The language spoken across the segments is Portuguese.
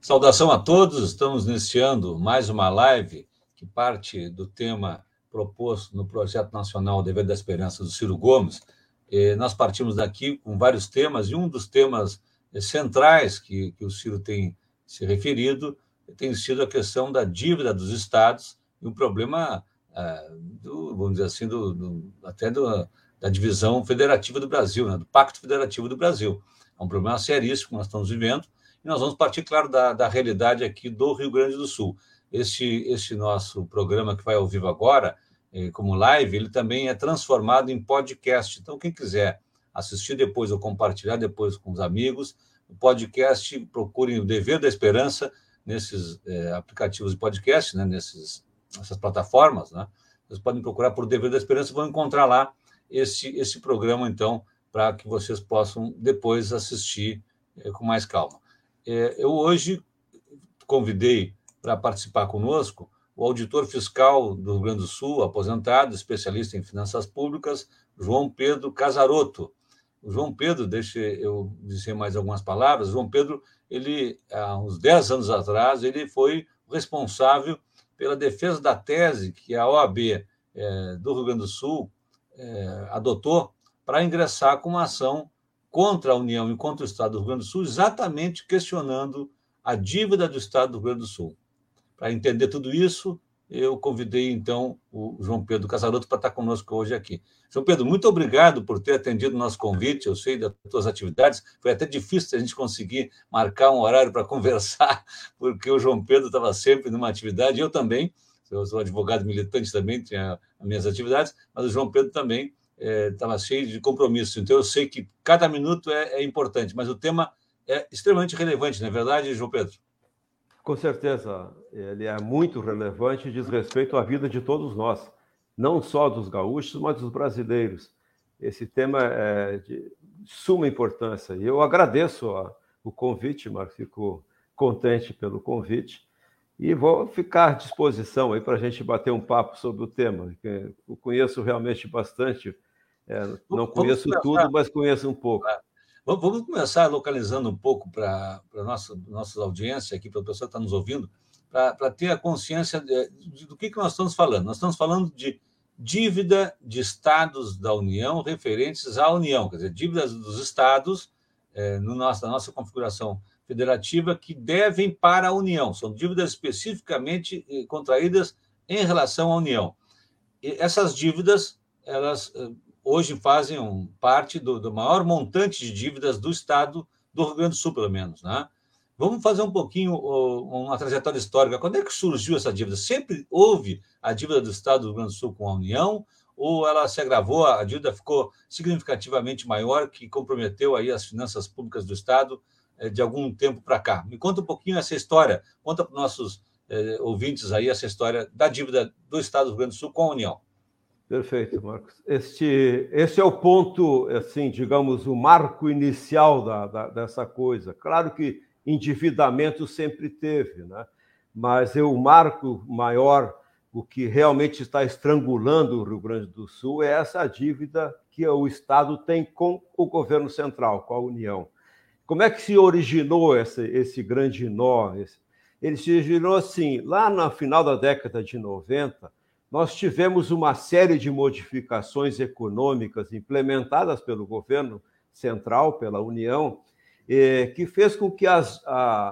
Saudação a todos, estamos iniciando mais uma live que parte do tema proposto no Projeto Nacional Dever da Esperança do Ciro Gomes. Nós partimos daqui com vários temas, e um dos temas centrais que o Ciro tem se referido tem sido a questão da dívida dos estados e um problema, vamos dizer assim, da divisão federativa do Brasil, né, do Pacto Federativo do Brasil. É um problema seríssimo que nós estamos vivendo. E nós vamos partir, claro, da realidade aqui do Rio Grande do Sul. Este nosso programa que vai ao vivo agora, como live, ele também é transformado em podcast. Então, quem quiser assistir depois ou compartilhar depois com os amigos, o podcast, procurem o Dever da Esperança nesses aplicativos de podcast, né, nessas plataformas, né? Vocês podem procurar por Dever da Esperança e vão encontrar lá esse programa, então, para que vocês possam depois assistir com mais calma. Eu hoje convidei para participar conosco o auditor fiscal do Rio Grande do Sul, aposentado, especialista em finanças públicas, João Pedro Casarotto. O João Pedro, deixa eu dizer mais algumas palavras, o João Pedro, ele, há uns 10 anos atrás, ele foi responsável pela defesa da tese que a OAB do Rio Grande do Sul adotou para ingressar com uma ação contra a União e contra o Estado do Rio Grande do Sul, exatamente questionando a dívida do Estado do Rio Grande do Sul. Para entender tudo isso, eu convidei, então, o João Pedro Casarotto para estar conosco hoje aqui. João Pedro, muito obrigado por ter atendido o nosso convite, eu sei das tuas atividades, foi até difícil a gente conseguir marcar um horário para conversar, porque o João Pedro estava sempre numa atividade, eu também, eu sou advogado militante também, tinha as minhas atividades, mas o João Pedro também estava cheio de compromisso. Então, eu sei que cada minuto é importante, mas o tema é extremamente relevante, não é verdade, João Pedro? Com certeza, ele é muito relevante e diz respeito à vida de todos nós, não só dos gaúchos, mas dos brasileiros. Esse tema é de suma importância. E eu agradeço o convite, Marcos, fico contente pelo convite. E vou ficar à disposição aí para a gente bater um papo sobre o tema, que eu conheço realmente bastante. Não conheço tudo, mas conheço um pouco. Vamos começar localizando um pouco para a nossa audiência aqui, para a pessoa que está nos ouvindo, para ter a consciência do que nós estamos falando. Nós estamos falando de dívida de estados da União referentes à União, quer dizer, dívidas dos estados na nossa configuração federativa que devem para a União. São dívidas especificamente contraídas em relação à União. E essas dívidas, elas hoje fazem parte do maior montante de dívidas do Estado do Rio Grande do Sul, pelo menos, né? Vamos fazer um pouquinho uma trajetória histórica. Quando é que surgiu essa dívida? Sempre houve a dívida do Estado do Rio Grande do Sul com a União, ou ela se agravou, a dívida ficou significativamente maior, que comprometeu aí as finanças públicas do Estado de algum tempo para cá? Me conta um pouquinho essa história, conta para os nossos ouvintes aí essa história da dívida do Estado do Rio Grande do Sul com a União. Perfeito, Marcos. Esse é o ponto, assim, digamos, o marco inicial dessa coisa. Claro que endividamento sempre teve, né? Mas o marco maior, o que realmente está estrangulando o Rio Grande do Sul, é essa dívida que o Estado tem com o governo central, com a União. Como é que se originou esse grande nó? Ele se originou assim, lá no final da década de 90, nós tivemos uma série de modificações econômicas implementadas pelo governo central, pela União, que fez com que as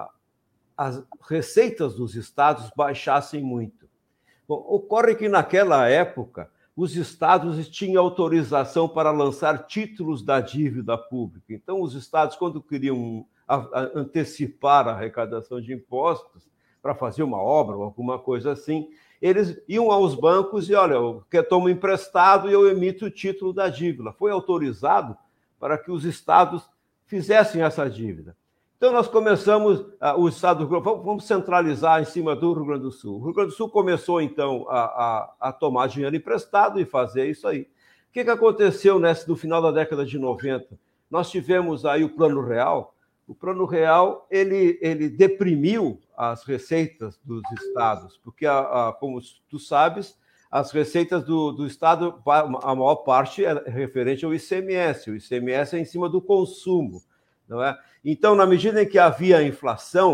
receitas dos estados baixassem muito. Bom, ocorre que, naquela época, os estados tinham autorização para lançar títulos da dívida pública. Então, os estados, quando queriam antecipar a arrecadação de impostos para fazer uma obra ou alguma coisa assim, eles iam aos bancos e, olha, eu tomo emprestado e eu emito o título da dívida. Foi autorizado para que os estados fizessem essa dívida. Então, nós começamos, o Estado do Rio Grande do Sul, vamos centralizar em cima do Rio Grande do Sul. O Rio Grande do Sul começou, então, a tomar dinheiro emprestado e fazer isso aí. O que aconteceu no final da década de 90? Nós tivemos aí o Plano Real. O Plano Real, ele deprimiu as receitas dos estados, porque, como tu sabes, as receitas do Estado, a maior parte é referente ao ICMS. O ICMS é em cima do consumo, não é? Então, na medida em que havia inflação,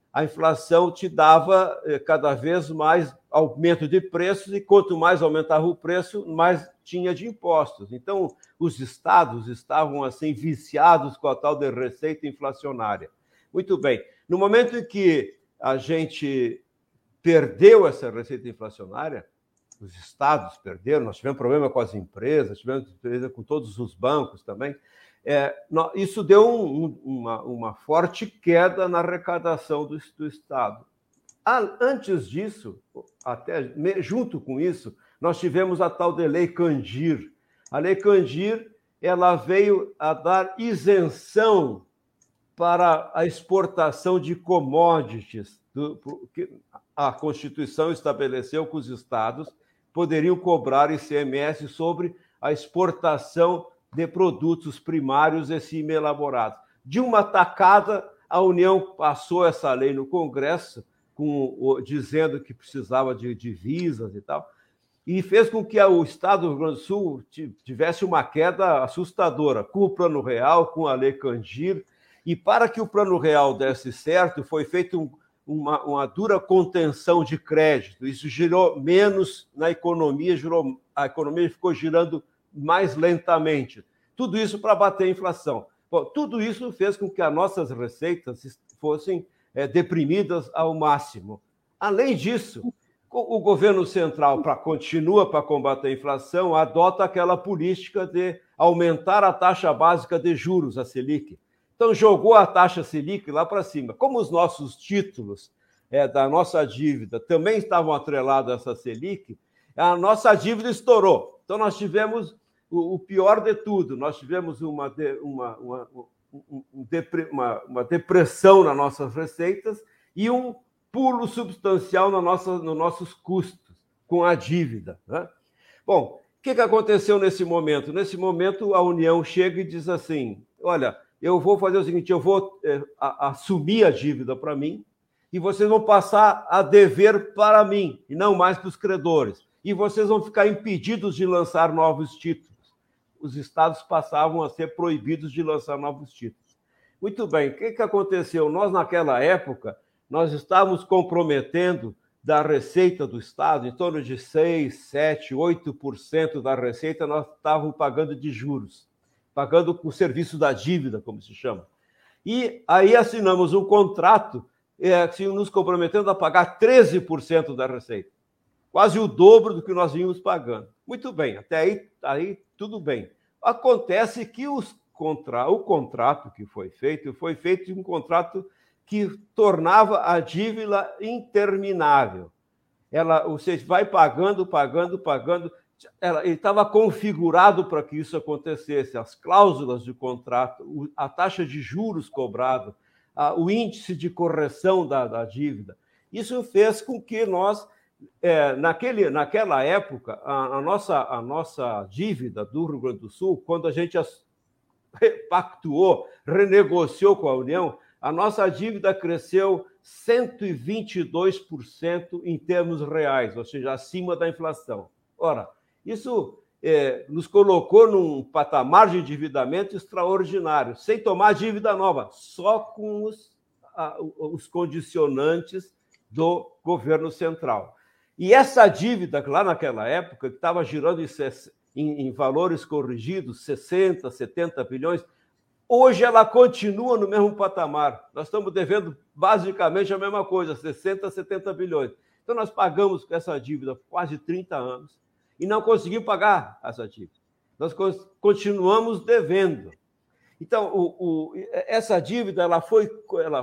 a inflação te dava cada vez mais aumento de preços, e quanto mais aumentava o preço, mais tinha de impostos. Então, os estados estavam assim viciados com a tal de receita inflacionária. Muito bem. No momento em que a gente perdeu essa receita inflacionária, os estados perderam, nós tivemos problema com as empresas, tivemos problema com todos os bancos também, isso deu uma forte queda na arrecadação do Estado. Antes disso, até junto com isso, nós tivemos a tal de Lei Candir. A Lei Candir, ela veio a dar isenção para a exportação de commodities, que a Constituição estabeleceu que os estados poderiam cobrar ICMS sobre a exportação de produtos primários e semi-elaborados. De uma tacada, a União passou essa lei no Congresso, dizendo que precisava de divisas e tal, e fez com que o Estado do Rio Grande do Sul tivesse uma queda assustadora, com o Plano Real, com a Lei Candir, e para que o Plano Real desse certo, foi feita uma dura contenção de crédito. Isso girou menos na economia, a economia ficou girando mais lentamente. Tudo isso para bater a inflação. Bom, tudo isso fez com que as nossas receitas fossem deprimidas ao máximo. Além disso, o governo central continua para combater a inflação, adota aquela política de aumentar a taxa básica de juros, a Selic. Então, jogou a taxa Selic lá para cima. Como os nossos títulos da nossa dívida também estavam atrelados a essa Selic, a nossa dívida estourou. Então, nós tivemos o pior de tudo. Nós tivemos uma depressão nas nossas receitas e um pulo substancial nos nossos custos com a dívida, né? Bom, o que aconteceu nesse momento? Nesse momento, a União chega e diz assim, olha, eu vou fazer o seguinte, eu vou assumir a dívida para mim e vocês vão passar a dever para mim e não mais para os credores. E vocês vão ficar impedidos de lançar novos títulos. Os estados passavam a ser proibidos de lançar novos títulos. Muito bem, o que aconteceu? Nós, naquela época, nós estávamos comprometendo da receita do Estado, em torno de 6%, 7%, 8% da receita, nós estávamos pagando de juros, pagando com o serviço da dívida, como se chama. E aí assinamos um contrato nos comprometendo a pagar 13% da receita, quase o dobro do que nós vínhamos pagando. Muito bem, até aí tudo bem. Acontece que o contrato que foi feito um contrato que tornava a dívida interminável. Você vai pagando. Ele estava configurado para que isso acontecesse. As cláusulas de contrato, a taxa de juros cobrada, o índice de correção da dívida. Isso fez com que nós, naquela época, a nossa dívida do Rio Grande do Sul, quando a gente repactuou, renegociou com a União, a nossa dívida cresceu 122% em termos reais, ou seja, acima da inflação. Ora, isso nos colocou num patamar de endividamento extraordinário, sem tomar dívida nova, só com os condicionantes do governo central. E essa dívida, lá naquela época, que estava girando em valores corrigidos, 60, 70 bilhões, hoje ela continua no mesmo patamar. Nós estamos devendo basicamente a mesma coisa, 60, 70 bilhões. Então, nós pagamos essa dívida quase 30 anos e não conseguimos pagar essa dívida. Nós continuamos devendo. Então, essa dívida ela foi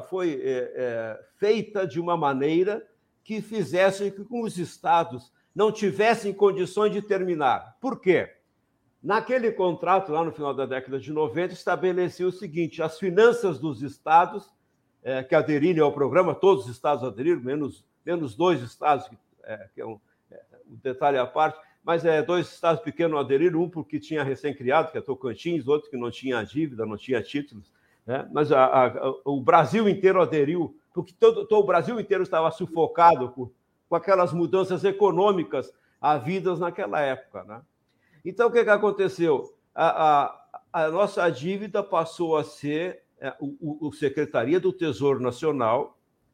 feita de uma maneira que fizesse com que os estados não tivessem condições de terminar. Por quê? Naquele contrato, lá no final da década de 90, estabelecia o seguinte: as finanças dos estados que aderiram ao programa, todos os estados aderiram, menos 2 estados, que é um detalhe à parte, mas 2 estados pequenos aderiram, um porque tinha recém-criado, que é Tocantins, outro que não tinha dívida, não tinha títulos, né? Mas o Brasil inteiro aderiu, porque todo o Brasil inteiro estava sufocado com aquelas mudanças econômicas havidas naquela época, né? Então, o que aconteceu? A nossa dívida passou a ser o Secretaria do Tesouro Nacional,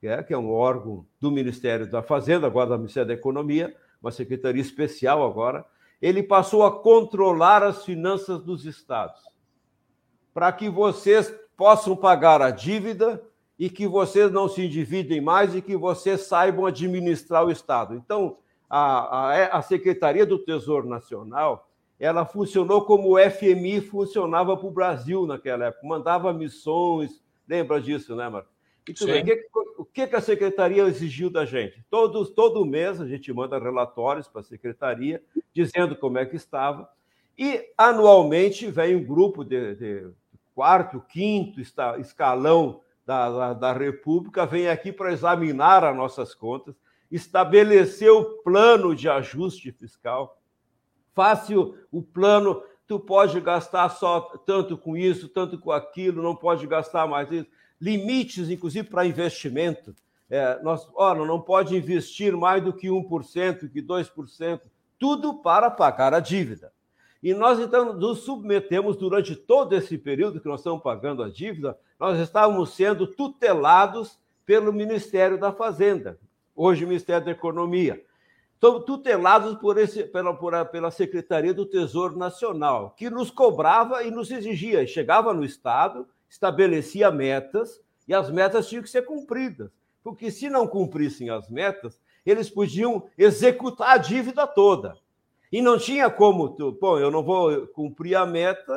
que é um órgão do Ministério da Fazenda, agora do Ministério da Economia, uma secretaria especial agora, ele passou a controlar as finanças dos estados, para que vocês possam pagar a dívida e que vocês não se endividem mais e que vocês saibam administrar o Estado. Então, a Secretaria do Tesouro Nacional, ela funcionou como o FMI funcionava para o Brasil naquela época, mandava missões, lembra disso, né, Marcos? E tudo bem. O que a Secretaria exigiu da gente? Todo mês a gente manda relatórios para a Secretaria, dizendo como é que estava, e anualmente vem um grupo de quarto, quinto escalão da República, vem aqui para examinar as nossas contas, estabelecer o plano de ajuste fiscal, faça o plano, tu pode gastar só tanto com isso, tanto com aquilo, não pode gastar mais isso, limites, inclusive, para investimento. Não pode investir mais do que 1%, que 2%, tudo para pagar a dívida. E nós, então, nos submetemos durante todo esse período que nós estamos pagando a dívida, nós estávamos sendo tutelados pelo Ministério da Fazenda, hoje Ministério da Economia. Estamos tutelados pela Secretaria do Tesouro Nacional, que nos cobrava e nos exigia. Chegava no Estado, estabelecia metas, e as metas tinham que ser cumpridas. Porque se não cumprissem as metas, eles podiam executar a dívida toda. E não tinha como, eu não vou cumprir a meta,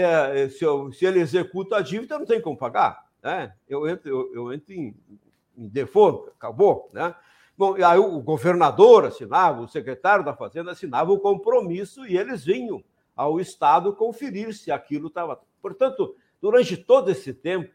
se ele executa a dívida, não tem como pagar. Né? Eu entro em default, acabou. Né? Bom, aí o governador assinava, o secretário da Fazenda assinava o compromisso e eles vinham ao Estado conferir se aquilo estava... Portanto, durante todo esse tempo,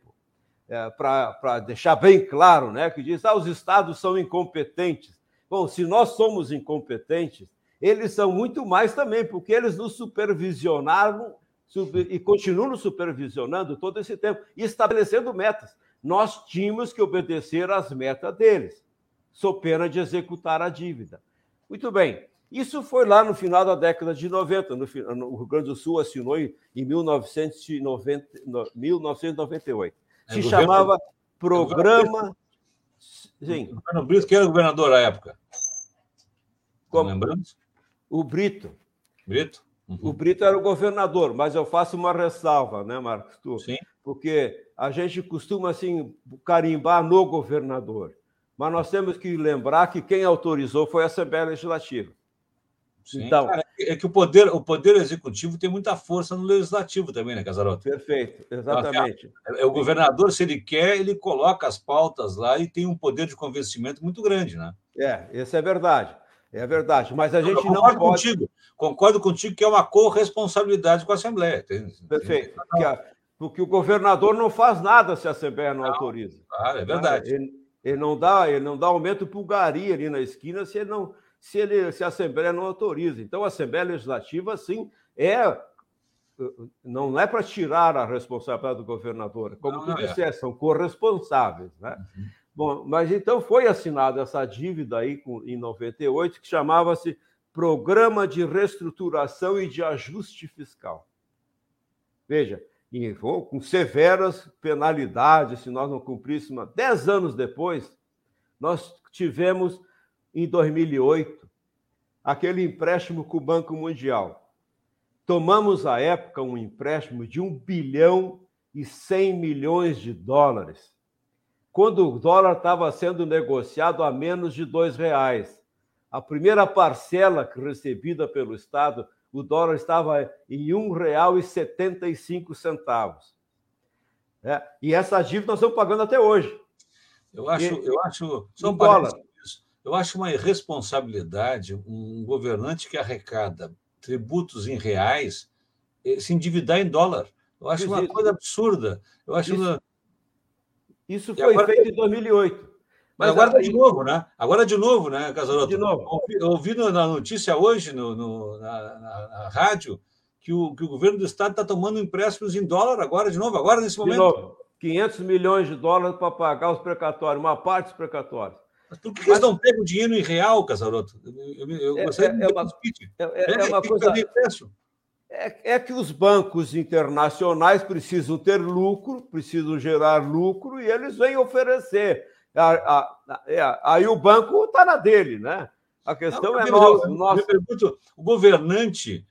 para deixar bem claro, né, que diz, os estados são incompetentes. Bom, se nós somos incompetentes, eles são muito mais também, porque eles nos supervisionaram e continuam nos supervisionando todo esse tempo e estabelecendo metas. Nós tínhamos que obedecer às metas deles, sob pena de executar a dívida. Muito bem. Isso foi lá no final da década de 90. No Rio Grande do Sul assinou em 1998. Se chamava Programa... Sim. O governo Brito, que era governador à época? Lembramos? O Brito. Brito? Uhum. O Brito era o governador, mas eu faço uma ressalva, né, Marcos? Sim. Porque a gente costuma, assim, carimbar no governador. Mas nós temos que lembrar que quem autorizou foi a Assembleia Legislativa. Sim. Então, é que o poder executivo tem muita força no legislativo também, né, Casaroto? Perfeito, exatamente. O governador, se ele quer, ele coloca as pautas lá e tem um poder de convencimento muito grande, né? Isso é verdade. É verdade, mas a gente não pode... Concordo contigo que é uma corresponsabilidade com a Assembleia. Perfeito. Porque o governador não faz nada se a Assembleia não autoriza. É verdade. Ele não dá aumento para o gari ali na esquina se a Assembleia não autoriza. Então, a Assembleia Legislativa, sim, não é para tirar a responsabilidade do governador. Como tu disseste, são corresponsáveis, né? Uhum. Bom, mas então foi assinada essa dívida aí em 98, que chamava-se Programa de Reestruturação e de Ajuste Fiscal. Veja, com severas penalidades, se nós não cumpríssemos. 10 anos depois, nós tivemos, em 2008, aquele empréstimo com o Banco Mundial. Tomamos, à época, um empréstimo de US$ 1 bilhão e 100 milhões de dólares, quando o dólar estava sendo negociado a menos de R$2. A primeira parcela recebida pelo Estado, o dólar estava em R$1,75. E essa dívida nós estamos pagando até hoje. Eu acho uma irresponsabilidade um governante que arrecada tributos em reais se endividar em dólar. Eu acho uma coisa absurda. Eu acho Isso foi feito em 2008. Mas agora de novo, né? Agora de novo, né, Casaroto? De novo. Eu ouvi na notícia hoje, na rádio, que o governo do Estado está tomando empréstimos em dólar agora, agora nesse momento. De novo. 500 milhões de dólares para pagar os precatórios, uma parte dos precatórios. Mas por que eles não pegam dinheiro em real, Casaroto? Eu gostaria de uma coisa... É que os bancos internacionais precisam ter lucro, precisam gerar lucro, e eles vêm oferecer. Aí o banco está na dele, né? A questão é nossa. Eu pergunto, o governante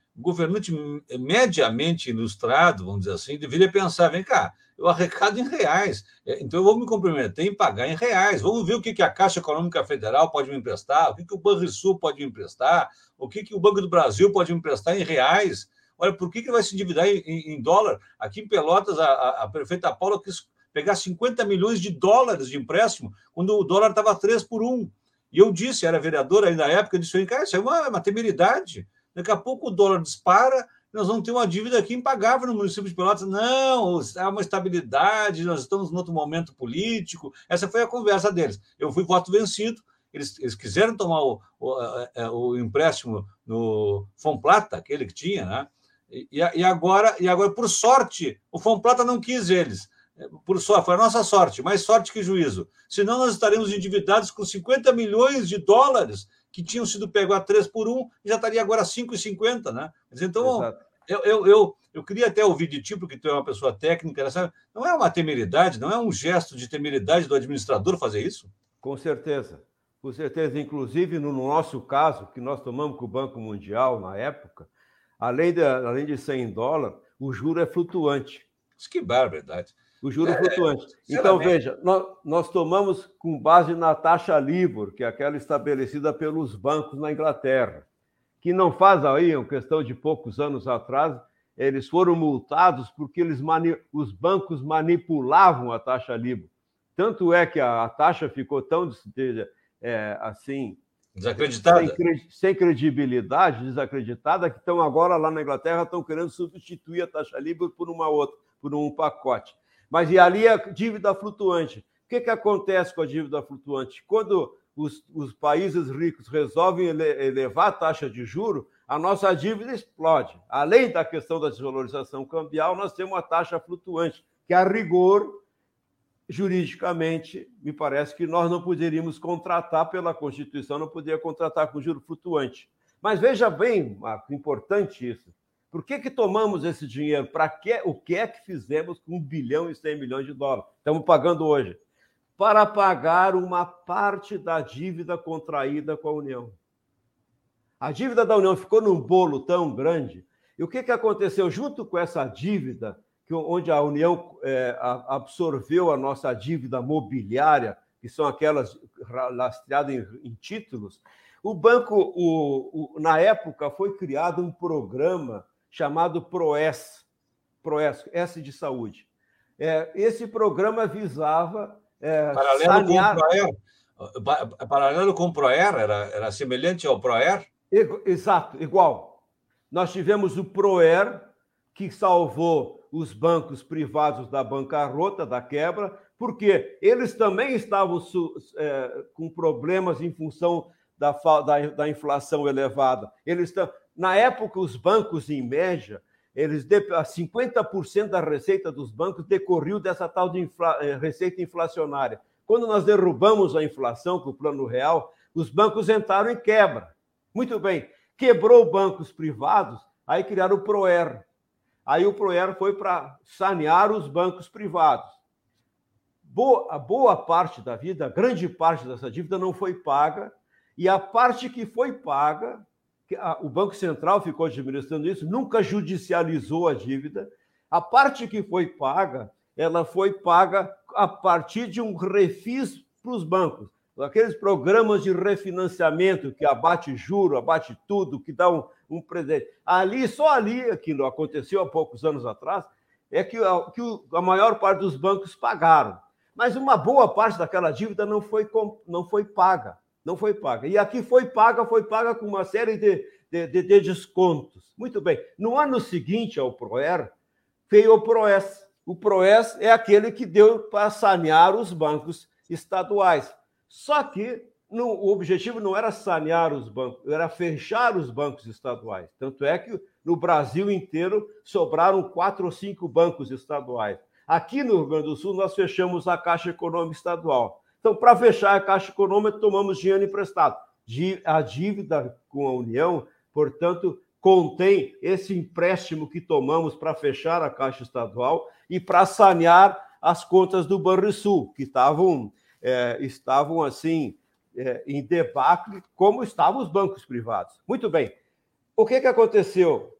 mediamente ilustrado, vamos dizer assim, deveria pensar, vem cá, eu arrecado em reais, então eu vou me comprometer em pagar em reais. Vamos ver o que a Caixa Econômica Federal pode me emprestar, o que o Banrisul pode me emprestar, o que o Banco do Brasil pode me emprestar em reais. Olha, por que vai se endividar em dólar? Aqui em Pelotas, a prefeita Paula quis pegar 50 milhões de dólares de empréstimo, quando o dólar estava 3 por 1. E eu disse, era vereador aí na época, eu disse, cara, isso é uma temeridade. Daqui a pouco o dólar dispara, nós vamos ter uma dívida aqui impagável no município de Pelotas. Não, há uma estabilidade, nós estamos em outro momento político. Essa foi a conversa deles. Eu fui voto vencido, eles quiseram tomar o empréstimo no Fomplata, aquele que tinha, né? E agora, por sorte, o Fomplata não quis eles. Por sorte, foi a nossa sorte, mais sorte que juízo. Senão nós estaremos endividados com 50 milhões de dólares que tinham sido pegos a 3 por 1 e já estaria agora 5,50, né? Então, eu queria até ouvir de ti, porque tu é uma pessoa técnica, sabe? Não é uma temeridade, não é um gesto de temeridade do administrador fazer isso? Com certeza. Com certeza. Inclusive, no nosso caso, que nós tomamos com o Banco Mundial na época, além de $100, o juro é flutuante. Isso que barbaridade. O juro flutuante. Então, veja, nós tomamos com base na taxa LIBOR, que é aquela estabelecida pelos bancos na Inglaterra, que não faz aí, uma questão de poucos anos atrás, eles foram multados porque os bancos manipulavam a taxa LIBOR. Tanto é que a taxa ficou tão assim... Desacreditada. Sem credibilidade, desacreditada, que estão agora lá na Inglaterra, estão querendo substituir a taxa LIBOR por uma outra, por um pacote. Mas e ali a dívida flutuante. O que acontece com a dívida flutuante? Quando os países ricos resolvem elevar a taxa de juros, a nossa dívida explode. Além da questão da desvalorização cambial, nós temos uma taxa flutuante, que a rigor, juridicamente, me parece que nós não poderíamos contratar pela Constituição, não poderia contratar com juro flutuante. Mas veja bem, Marco, importante isso. Por que tomamos esse dinheiro? O que é que fizemos com 1 bilhão e 100 milhões de dólares? Estamos pagando hoje. Para pagar uma parte da dívida contraída com a União. A dívida da União ficou num bolo tão grande. E o que aconteceu? Junto com essa dívida, onde a União absorveu a nossa dívida mobiliária, que são aquelas lastreadas em títulos, o banco, na época, foi criado um programa chamado PROES, S de saúde. Esse programa visava sanear... Paralelo com o PROER? Era semelhante ao PROER? Exato, igual. Nós tivemos o PROER, que salvou os bancos privados da bancarrota, da quebra, porque eles também estavam com problemas em função da inflação elevada. Na época, os bancos, em média, 50% da receita dos bancos decorriu dessa tal de receita inflacionária. Quando nós derrubamos a inflação com o Plano Real, os bancos entraram em quebra. Muito bem, quebrou bancos privados, aí criaram o PROER. Aí o PROER foi para sanear os bancos privados. Boa parte da vida, grande parte dessa dívida não foi paga, e a parte que foi paga, o Banco Central ficou administrando isso, nunca judicializou a dívida. A parte que foi paga, ela foi paga a partir de um refis para os bancos. Aqueles programas de refinanciamento que abate juro, abate tudo, que dá um presente. Só ali, aquilo aconteceu há poucos anos atrás, é que a maior parte dos bancos pagaram. Mas uma boa parte daquela dívida não foi paga. Não foi paga. E aqui foi paga com uma série de descontos. Muito bem. No ano seguinte ao PROER, veio o PROES. O PROES é aquele que deu para sanear os bancos estaduais. Só que o objetivo não era sanear os bancos, era fechar os bancos estaduais. Tanto é que no Brasil inteiro sobraram 4 ou 5 bancos estaduais. Aqui no Rio Grande do Sul, nós fechamos a Caixa Econômica Estadual. Então, para fechar a Caixa Econômica, tomamos dinheiro emprestado. A dívida com a União, portanto, contém esse empréstimo que tomamos para fechar a Caixa Estadual e para sanear as contas do Banrisul, que estavam estavam assim em debacle, como estavam os bancos privados. Muito bem. O que aconteceu?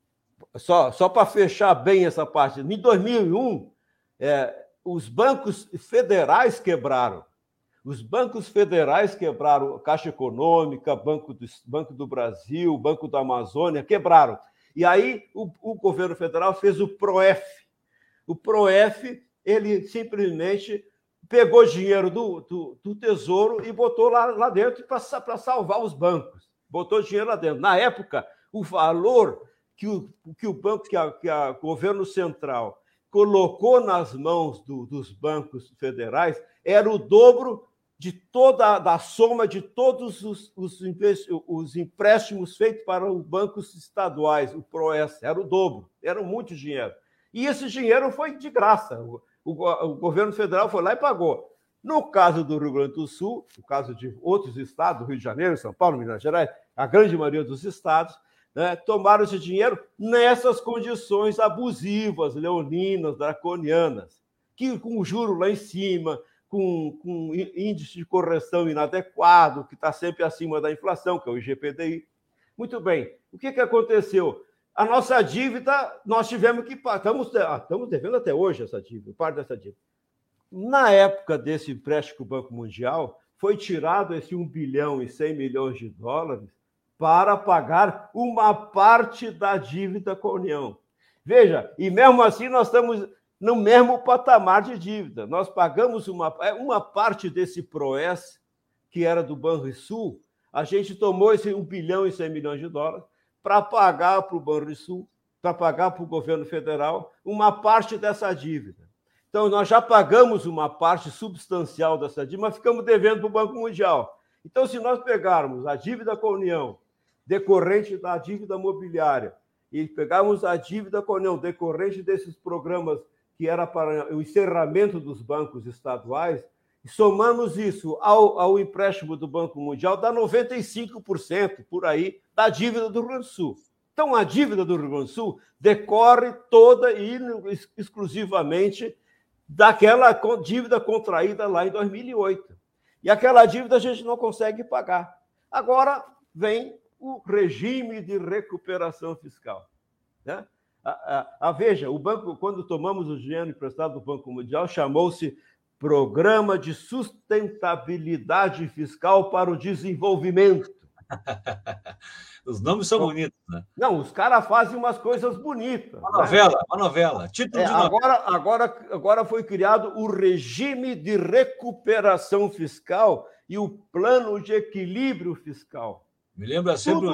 Só para fechar bem essa parte, em 2001, os bancos federais quebraram. Os bancos federais quebraram, Caixa Econômica, Banco do Brasil, Banco da Amazônia, quebraram. E aí o governo federal fez o PROEF. O PROEF, ele simplesmente pegou dinheiro do Tesouro e botou lá dentro para salvar os bancos. Botou dinheiro lá dentro. Na época, o valor que o banco, que o governo central colocou nas mãos dos bancos federais era o dobro da soma de todos os empréstimos feitos para os bancos estaduais, o PROES, era o dobro, era muito dinheiro. E esse dinheiro foi de graça, o governo federal foi lá e pagou. No caso do Rio Grande do Sul, no caso de outros estados, Rio de Janeiro, São Paulo, Minas Gerais, a grande maioria dos estados, tomaram esse dinheiro nessas condições abusivas, leoninas, draconianas, que com o juro lá em cima, com índice de correção inadequado, que está sempre acima da inflação, que é o IGPDI. Muito bem, o que aconteceu? A nossa dívida, nós tivemos que pagar, estamos devendo até hoje essa dívida, parte dessa dívida. Na época desse empréstimo do Banco Mundial, foi tirado esse 1 bilhão e 100 milhões de dólares para pagar uma parte da dívida com a União. Veja, e mesmo assim nós estamos no mesmo patamar de dívida. Nós pagamos uma parte desse PROES, que era do Banrisul, a gente tomou esse 1 bilhão e 100 milhões de dólares para pagar para o Banrisul, para pagar para o governo federal uma parte dessa dívida. Então, nós já pagamos uma parte substancial dessa dívida, mas ficamos devendo para o Banco Mundial. Então, se nós pegarmos a dívida com a União, decorrente da dívida mobiliária, e pegarmos a dívida com a União, decorrente desses programas que era para o encerramento dos bancos estaduais, e somamos isso ao empréstimo do Banco Mundial, dá 95% por aí da dívida do Rio Grande do Sul. Então, a dívida do Rio Grande do Sul decorre toda e exclusivamente daquela dívida contraída lá em 2008. E aquela dívida a gente não consegue pagar. Agora vem o regime de recuperação fiscal, né? Veja, o banco, quando tomamos o dinheiro emprestado do Banco Mundial, chamou-se Programa de Sustentabilidade Fiscal para o Desenvolvimento. Os nomes são bonitos, né? Não, os caras fazem umas coisas bonitas. Uma novela. Título de novela. Agora foi criado o Regime de Recuperação Fiscal e o Plano de Equilíbrio Fiscal. Me lembra sempre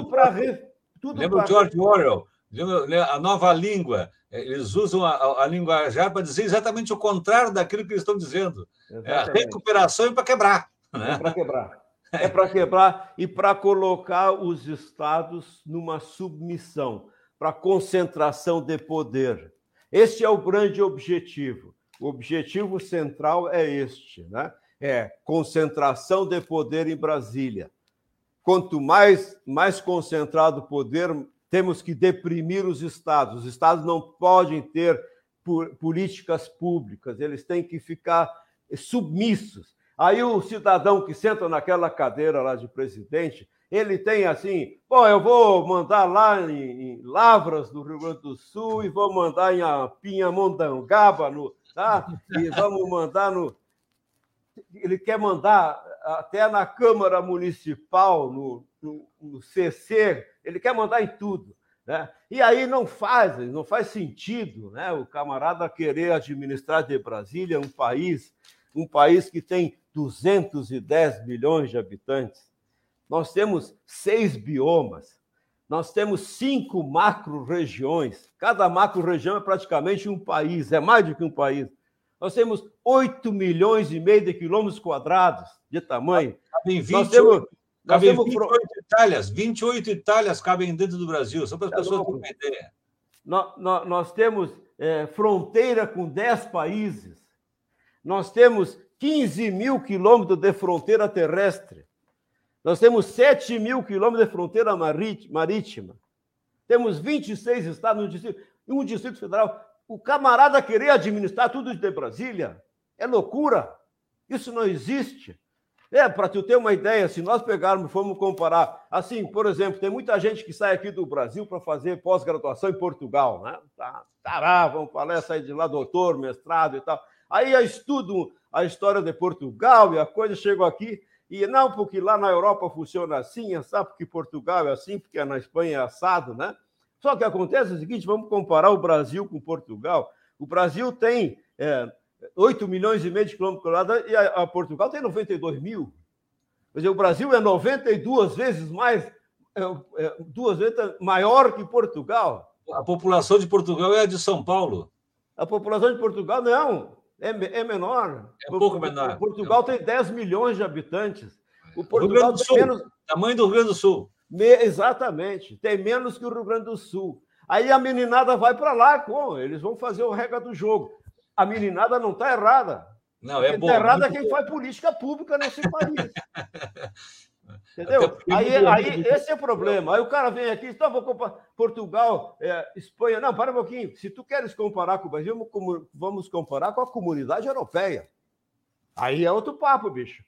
o George Orwell. A nova língua, eles usam a linguajar para dizer exatamente o contrário daquilo que eles estão dizendo. A recuperação é para quebrar. Né? É para quebrar. É para quebrar e para colocar os estados numa submissão, para concentração de poder. Este é o grande objetivo. O objetivo central é este, né? É concentração de poder em Brasília. Quanto mais concentrado o poder, temos que deprimir os estados. Os estados não podem ter políticas públicas, eles têm que ficar submissos. Aí o cidadão que senta naquela cadeira lá de presidente, ele tem assim, eu vou mandar lá em Lavras, no Rio Grande do Sul, e vou mandar em Pinhamondangaba, tá? E vamos mandar Ele quer mandar até na Câmara Municipal, no CC, ele quer mandar em tudo, né? E aí não faz sentido, né? O camarada querer administrar de Brasília um país que tem 210 milhões de habitantes. Nós temos 6 biomas, nós temos 5 macro-regiões, cada macro-região é praticamente um país, é mais do que um país. Nós temos 8 milhões e meio de quilômetros quadrados de tamanho. Cabem 28 Itálias cabem dentro do Brasil, só para as pessoas terem uma ideia. Nós temos fronteira com 10 países. Nós temos 15 mil quilômetros de fronteira terrestre. Nós temos 7 mil quilômetros de fronteira marítima. Temos 26 estados um Distrito Federal. O camarada querer administrar tudo de Brasília é loucura. Isso não existe. Para tu ter uma ideia, se nós formos comparar, assim, por exemplo, tem muita gente que sai aqui do Brasil para fazer pós-graduação em Portugal, né? Vamos falar, sair de lá, doutor, mestrado e tal. Aí estudam a história de Portugal e a coisa, chegam aqui e não, porque lá na Europa funciona assim, sabe? Porque Portugal é assim, porque na Espanha é assado, né? Só que acontece o seguinte, vamos comparar o Brasil com Portugal. O Brasil tem 8 milhões e meio de quilômetros quadrados e a Portugal tem 92 mil. Quer dizer, o Brasil é 92 vezes mais, 2 vezes maior que Portugal. A população de Portugal é a de São Paulo. A população de Portugal, não, é menor. É um pouco menor. Portugal tem 10 milhões de habitantes. O Portugal tem menos... Tamanho do Rio Grande do Sul. Exatamente, tem menos que o Rio Grande do Sul. Aí a meninada vai para lá, eles vão fazer o regra do jogo. A meninada não está errada. Não, é bom. Está errada quem faz política pública nesse país. Entendeu? Aí esse é o problema. Aí o cara vem aqui e diz, vou comparar Portugal, Espanha. Não, para um pouquinho. Se tu queres comparar com o Brasil, vamos comparar com a comunidade europeia. Aí é outro papo, bicho.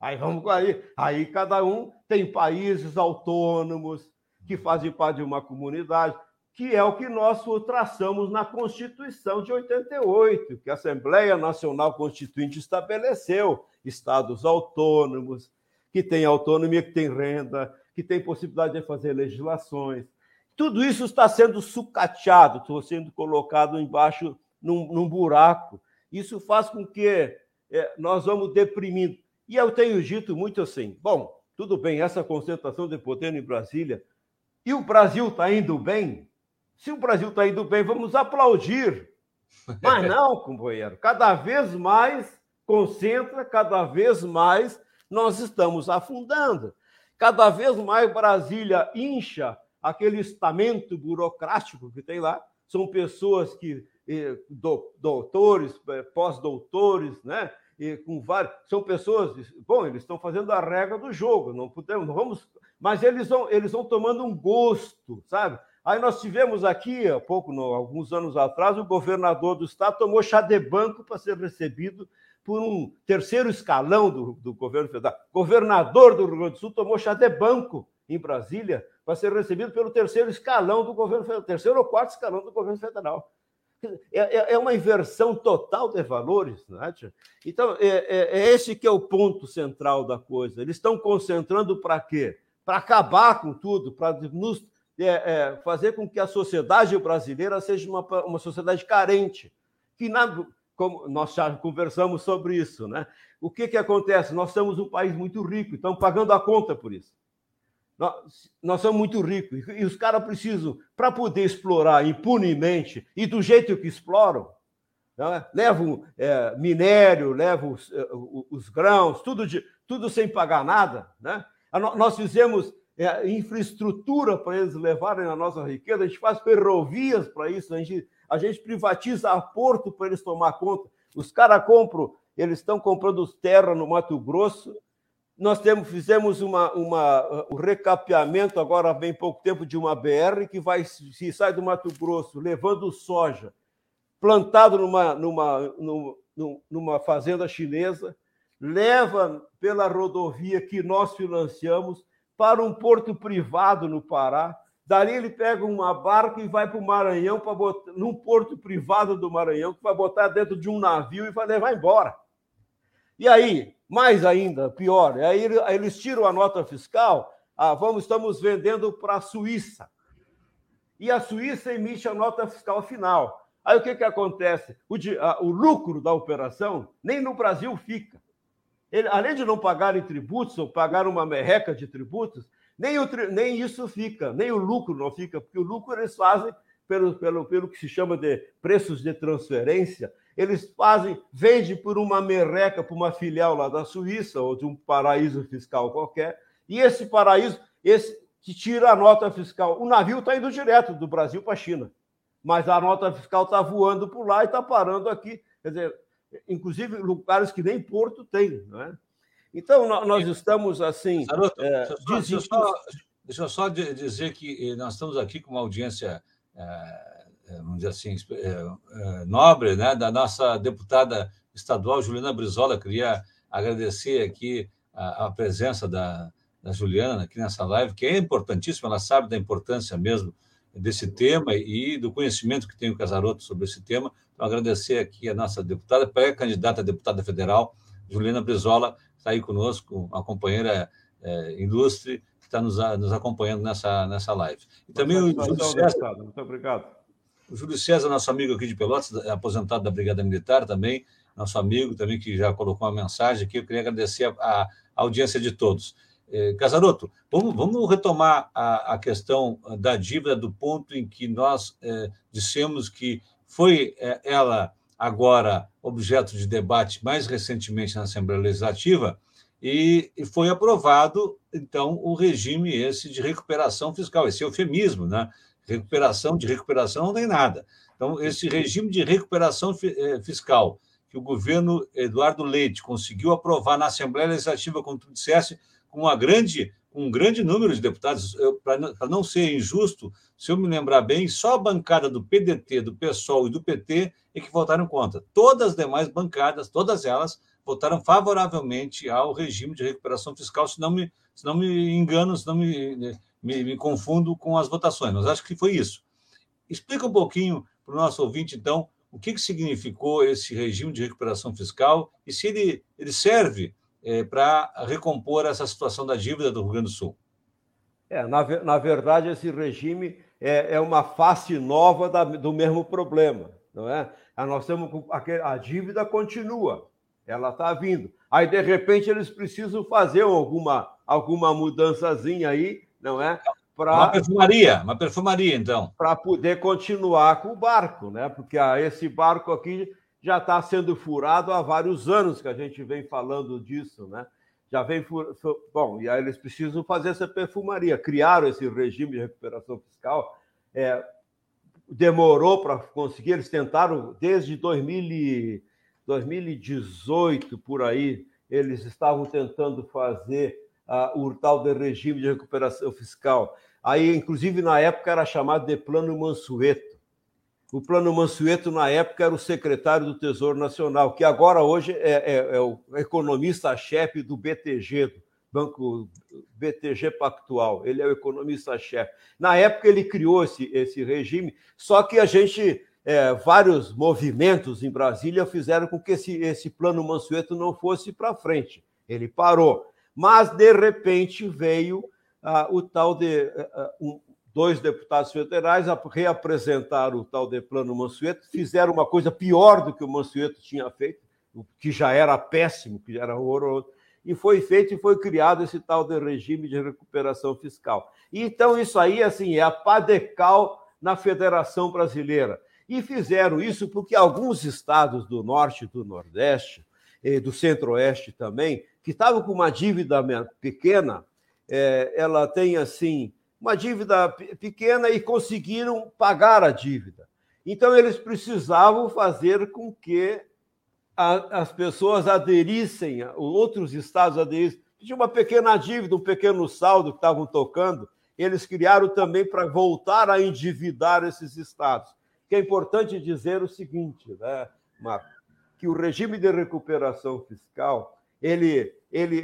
Aí cada um tem países autônomos que fazem parte de uma comunidade, que é o que nós traçamos na Constituição de 88, que a Assembleia Nacional Constituinte estabeleceu estados autônomos, que têm autonomia, que têm renda, que têm possibilidade de fazer legislações. Tudo isso está sendo sucateado, está sendo colocado embaixo num buraco. Isso faz com que nós vamos deprimindo. E eu tenho dito muito assim, bom, tudo bem, essa concentração de poder em Brasília, e o Brasil está indo bem? Se o Brasil está indo bem, vamos aplaudir. Mas não, companheiro, cada vez mais concentra, cada vez mais nós estamos afundando. Cada vez mais Brasília incha aquele estamento burocrático que tem lá. São pessoas que, doutores, pós-doutores, né? E com vários, são pessoas, bom, eles estão fazendo a regra do jogo, não vamos, mas eles vão tomando um gosto, sabe? Aí nós tivemos aqui, alguns anos atrás, o governador do estado tomou chá de banco para ser recebido por um terceiro escalão do governo federal. Governador do Rio Grande do Sul tomou chá de banco em Brasília para ser recebido pelo terceiro escalão do governo federal, terceiro ou quarto escalão do governo federal. É uma inversão total de valores, né? Então, esse que é o ponto central da coisa. Eles estão concentrando para quê? Para acabar com tudo, para nos fazer com que a sociedade brasileira seja uma sociedade carente, como nós já conversamos sobre isso, né? O que acontece? Nós somos um país muito rico, estamos pagando a conta por isso. Nós somos muito ricos e os caras precisam, para poder explorar impunemente e do jeito que exploram, né? Levam minério, levam os grãos, tudo sem pagar nada, né? Nós fizemos infraestrutura para eles levarem a nossa riqueza, a gente faz ferrovias para isso, a gente privatiza porto para eles tomar conta. Os caras eles estão comprando terra no Mato Grosso. Nós fizemos o recapeamento, agora há bem pouco tempo, de uma BR que se sai do Mato Grosso, levando soja, plantado numa fazenda chinesa, leva pela rodovia que nós financiamos para um porto privado no Pará. Dali ele pega uma barca e vai para o Maranhão, num porto privado do Maranhão, que vai botar dentro de um navio e vai levar embora. E aí, mais ainda, pior, aí eles tiram a nota fiscal, estamos vendendo para a Suíça. E a Suíça emite a nota fiscal final. Aí o que acontece? O lucro da operação nem no Brasil fica. Além de não pagarem tributos, ou pagar uma merreca de tributos, nem isso fica, nem o lucro não fica, porque o lucro eles fazem pelo que se chama de preços de transferência. Eles vendem por uma merreca para uma filial lá da Suíça ou de um paraíso fiscal qualquer, e esse paraíso, que tira a nota fiscal. O navio está indo direto do Brasil para a China, mas a nota fiscal está voando por lá e está parando aqui. Quer dizer, inclusive lugares que nem porto tem, não é? Então, nós estamos assim... Deixa eu só dizer que nós estamos aqui com uma audiência... vamos dizer assim, nobre, né, da nossa deputada estadual, Juliana Brizola. Queria agradecer aqui a presença da Juliana aqui nessa live, que é importantíssima, ela sabe da importância mesmo desse tema e do conhecimento que tem o Casarotto sobre esse tema. Então, agradecer aqui a nossa deputada, pré-candidata a deputada federal, Juliana Brizola, que está aí conosco, uma companheira ilustre, que está nos acompanhando nessa live. E também o Júlio César. Muito obrigado. O Júlio César, nosso amigo aqui de Pelotas, aposentado da Brigada Militar também, nosso amigo também, que já colocou uma mensagem aqui. Eu queria agradecer a audiência de todos. Casarotto, vamos retomar a questão da dívida do ponto em que nós dissemos que foi ela agora objeto de debate mais recentemente na Assembleia Legislativa e foi aprovado, então, o regime esse de recuperação fiscal, esse eufemismo, né? De recuperação não tem nada. Então, esse regime de recuperação fiscal que o governo Eduardo Leite conseguiu aprovar na Assembleia Legislativa, como tu disseste, com um grande número de deputados, para não ser injusto, se eu me lembrar bem, só a bancada do PDT, do PSOL e do PT é que votaram contra. Todas as demais bancadas, todas elas, votaram favoravelmente ao regime de recuperação fiscal, se não me engano, se não me confundo com as votações, mas acho que foi isso. Explica um pouquinho para o nosso ouvinte, então, o que significou esse regime de recuperação fiscal e se ele serve para recompor essa situação da dívida do Rio Grande do Sul. Na verdade, esse regime é uma face nova do mesmo problema, não é? Nós temos a dívida continua, ela está vindo. Aí, de repente, eles precisam fazer alguma mudançazinha aí, não é? Uma perfumaria, então. Para poder continuar com o barco, né? Porque esse barco aqui já está sendo furado há vários anos que a gente vem falando disso, né? Bom, e aí eles precisam fazer essa perfumaria. Criaram esse regime de recuperação fiscal, demorou para conseguir, eles tentaram desde 2018, por aí, eles estavam tentando fazer o tal de regime de recuperação fiscal. Aí, inclusive, na época era chamado de Plano Mansueto. O Plano Mansueto, na época, era o secretário do Tesouro Nacional, que agora, hoje, é o economista-chefe do BTG, do Banco BTG Pactual. Ele é o economista-chefe. Na época, ele criou esse regime, só que vários movimentos em Brasília fizeram com que esse Plano Mansueto não fosse para frente. Ele parou. Mas, de repente, veio o tal de... dois deputados federais reapresentaram o tal de Plano Mansueto, fizeram uma coisa pior do que o Mansueto tinha feito, que já era péssimo, que já era horroroso, e foi feito e foi criado esse tal de regime de recuperação fiscal. Então, isso aí, assim, é a pá de cal na Federação Brasileira. E fizeram isso porque alguns estados do Norte e do Nordeste, do Centro-Oeste também, que estavam com uma dívida pequena, ela tem, assim, uma dívida pequena e conseguiram pagar a dívida. Então, eles precisavam fazer com que as pessoas aderissem, outros estados aderissem. Tinha uma pequena dívida, um pequeno saldo que estavam tocando, eles criaram também para voltar a endividar esses estados. Que é importante dizer o seguinte, né, Marco, que o regime de recuperação fiscal, ele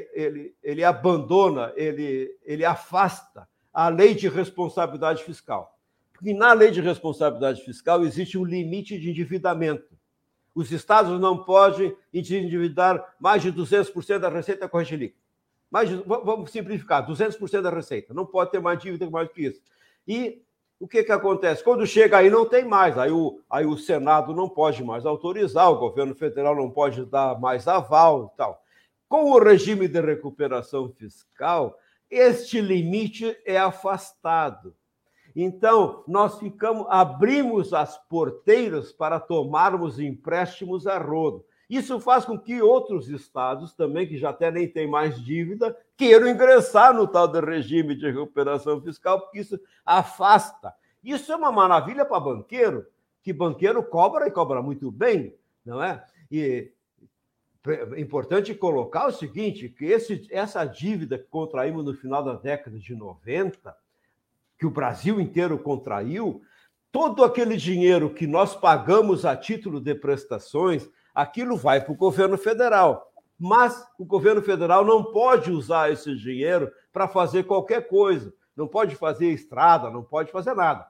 abandona, ele afasta a lei de responsabilidade fiscal. Porque na lei de responsabilidade fiscal existe um limite de endividamento. Os estados não podem endividar mais de 200% da receita corrente líquida. Vamos simplificar, 200% da receita. Não pode ter mais dívida mais que isso. E o que acontece? Quando chega aí, não tem mais. Aí o Senado não pode mais autorizar, o governo federal não pode dar mais aval e tal. Com o regime de recuperação fiscal, este limite é afastado. Então, nós abrimos as porteiras para tomarmos empréstimos a rodo. Isso faz com que outros estados também, que já até nem têm mais dívida, queiram ingressar no tal do regime de recuperação fiscal, porque isso afasta. Isso é uma maravilha para banqueiro, que banqueiro cobra e cobra muito bem, não é? E é importante colocar o seguinte, que essa dívida que contraímos no final da década de 90, que o Brasil inteiro contraiu, todo aquele dinheiro que nós pagamos a título de prestações, aquilo vai para o governo federal. Mas o governo federal não pode usar esse dinheiro para fazer qualquer coisa. Não pode fazer estrada, não pode fazer nada.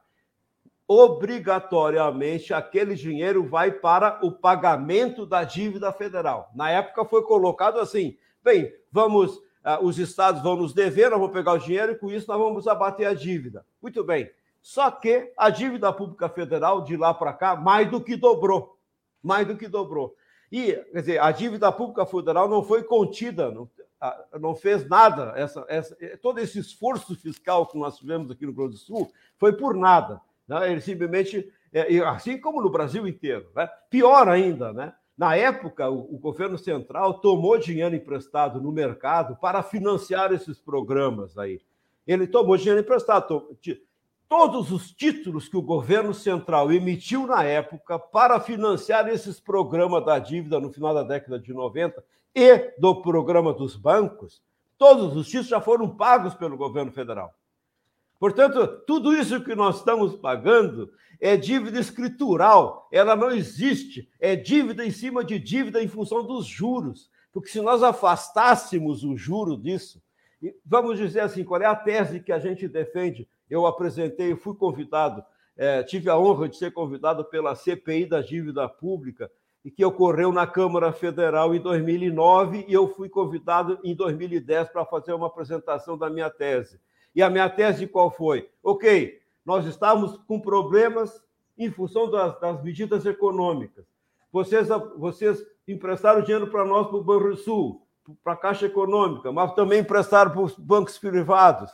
Obrigatoriamente, aquele dinheiro vai para o pagamento da dívida federal. Na época foi colocado assim, bem, os estados vão nos dever, nós vamos pegar o dinheiro e com isso nós vamos abater a dívida. Muito bem. Só que a dívida pública federal, de lá para cá, mais do que dobrou. Mais do que dobrou. E, quer dizer, a dívida pública federal não foi contida, não fez nada. Todo esse esforço fiscal que nós tivemos aqui no Rio Grande do Sul foi por nada. Né? Ele simplesmente, assim como no Brasil inteiro. Né? Pior ainda, né? Na época, o governo central tomou dinheiro emprestado no mercado para financiar esses programas aí. Ele tomou dinheiro emprestado. Todos os títulos que o governo central emitiu na época para financiar esses programas da dívida no final da década de 90 e do programa dos bancos, todos os títulos já foram pagos pelo governo federal. Portanto, tudo isso que nós estamos pagando é dívida escritural, ela não existe, é dívida em cima de dívida em função dos juros, porque se nós afastássemos o juro disso, vamos dizer assim, qual é a tese que a gente defende? Eu apresentei, fui convidado, tive a honra de ser convidado pela CPI da dívida pública, e que ocorreu na Câmara Federal em 2009, e eu fui convidado em 2010 para fazer uma apresentação da minha tese. E a minha tese qual foi? Ok, nós estávamos com problemas em função das medidas econômicas. Vocês emprestaram dinheiro para nós, para o Banrisul, para a Caixa Econômica, mas também emprestaram para os bancos privados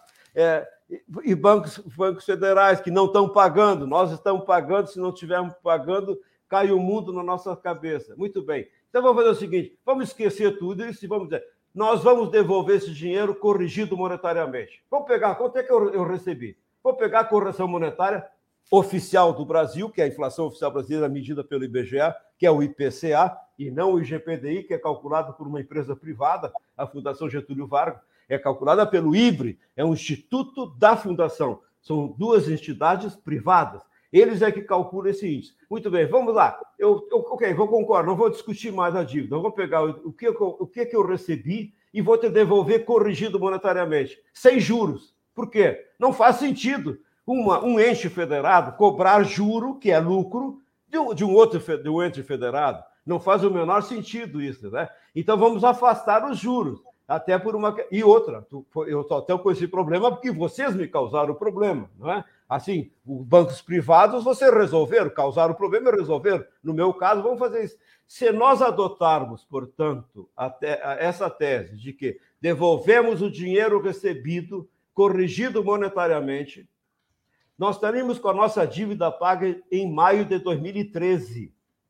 e bancos federais que não estão pagando. Nós estamos pagando, se não estivermos pagando, cai o mundo na nossa cabeça. Muito bem. Então, vamos fazer o seguinte, vamos esquecer tudo isso e vamos dizer, nós vamos devolver esse dinheiro corrigido monetariamente. Vamos pegar, quanto é que eu recebi? Vou pegar a correção monetária oficial do Brasil, que é a inflação oficial brasileira medida pelo IBGE, que é o IPCA, e não o IGPDI, que é calculado por uma empresa privada, a Fundação Getúlio Vargas, é calculada pelo IBRE, é um instituto da Fundação. São duas entidades privadas. Eles é que calculam esse índice. Muito bem, vamos lá. Ok, vou concordar, não vou discutir mais a dívida. Eu vou pegar o que eu recebi e vou te devolver corrigido monetariamente, sem juros. Por quê? Não faz sentido um ente federado cobrar juro, que é lucro, de um ente federado. Não faz o menor sentido isso, né? Então, vamos afastar os juros. Até por uma... E outra, eu só tenho com esse problema porque vocês me causaram o problema, não é? Assim, os bancos privados, vocês resolveram, causaram o problema e resolveram. No meu caso, vamos fazer isso. Se nós adotarmos, portanto, essa tese de que devolvemos o dinheiro recebido, corrigido monetariamente, nós estaríamos com a nossa dívida paga em maio de 2013.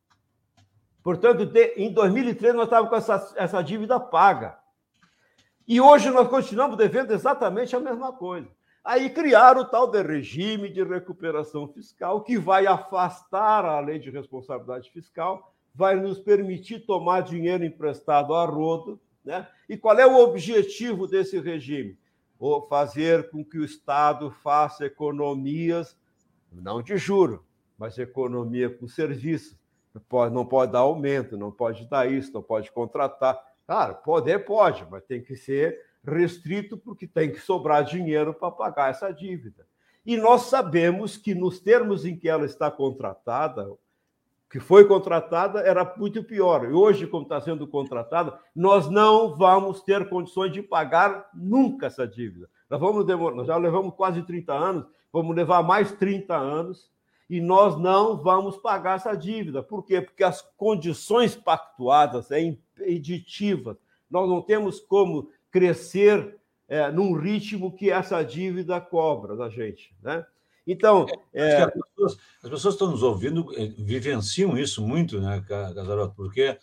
Portanto, em 2013, nós estávamos com essa dívida paga. E hoje nós continuamos devendo exatamente a mesma coisa. Aí criaram o tal de regime de recuperação fiscal, que vai afastar a lei de responsabilidade fiscal, vai nos permitir tomar dinheiro emprestado a rodo, né? E qual é o objetivo desse regime? Fazer com que o Estado faça economias, não de juro, mas economia com serviços. Não pode dar aumento, não pode dar isso, não pode contratar. Claro, poder pode, mas tem que ser restrito porque tem que sobrar dinheiro para pagar essa dívida. E nós sabemos que nos termos em que ela está contratada, que foi contratada, era muito pior. E hoje, como está sendo contratada, nós não vamos ter condições de pagar nunca essa dívida. Nós já levamos quase 30 anos, vamos levar mais 30 anos, e nós não vamos pagar essa dívida. Por quê? Porque as condições pactuadas impeditivas. Nós não temos como crescer num ritmo que essa dívida cobra da gente, né? Então... As pessoas estão nos ouvindo, vivenciam isso muito, né, Casaroto? Porque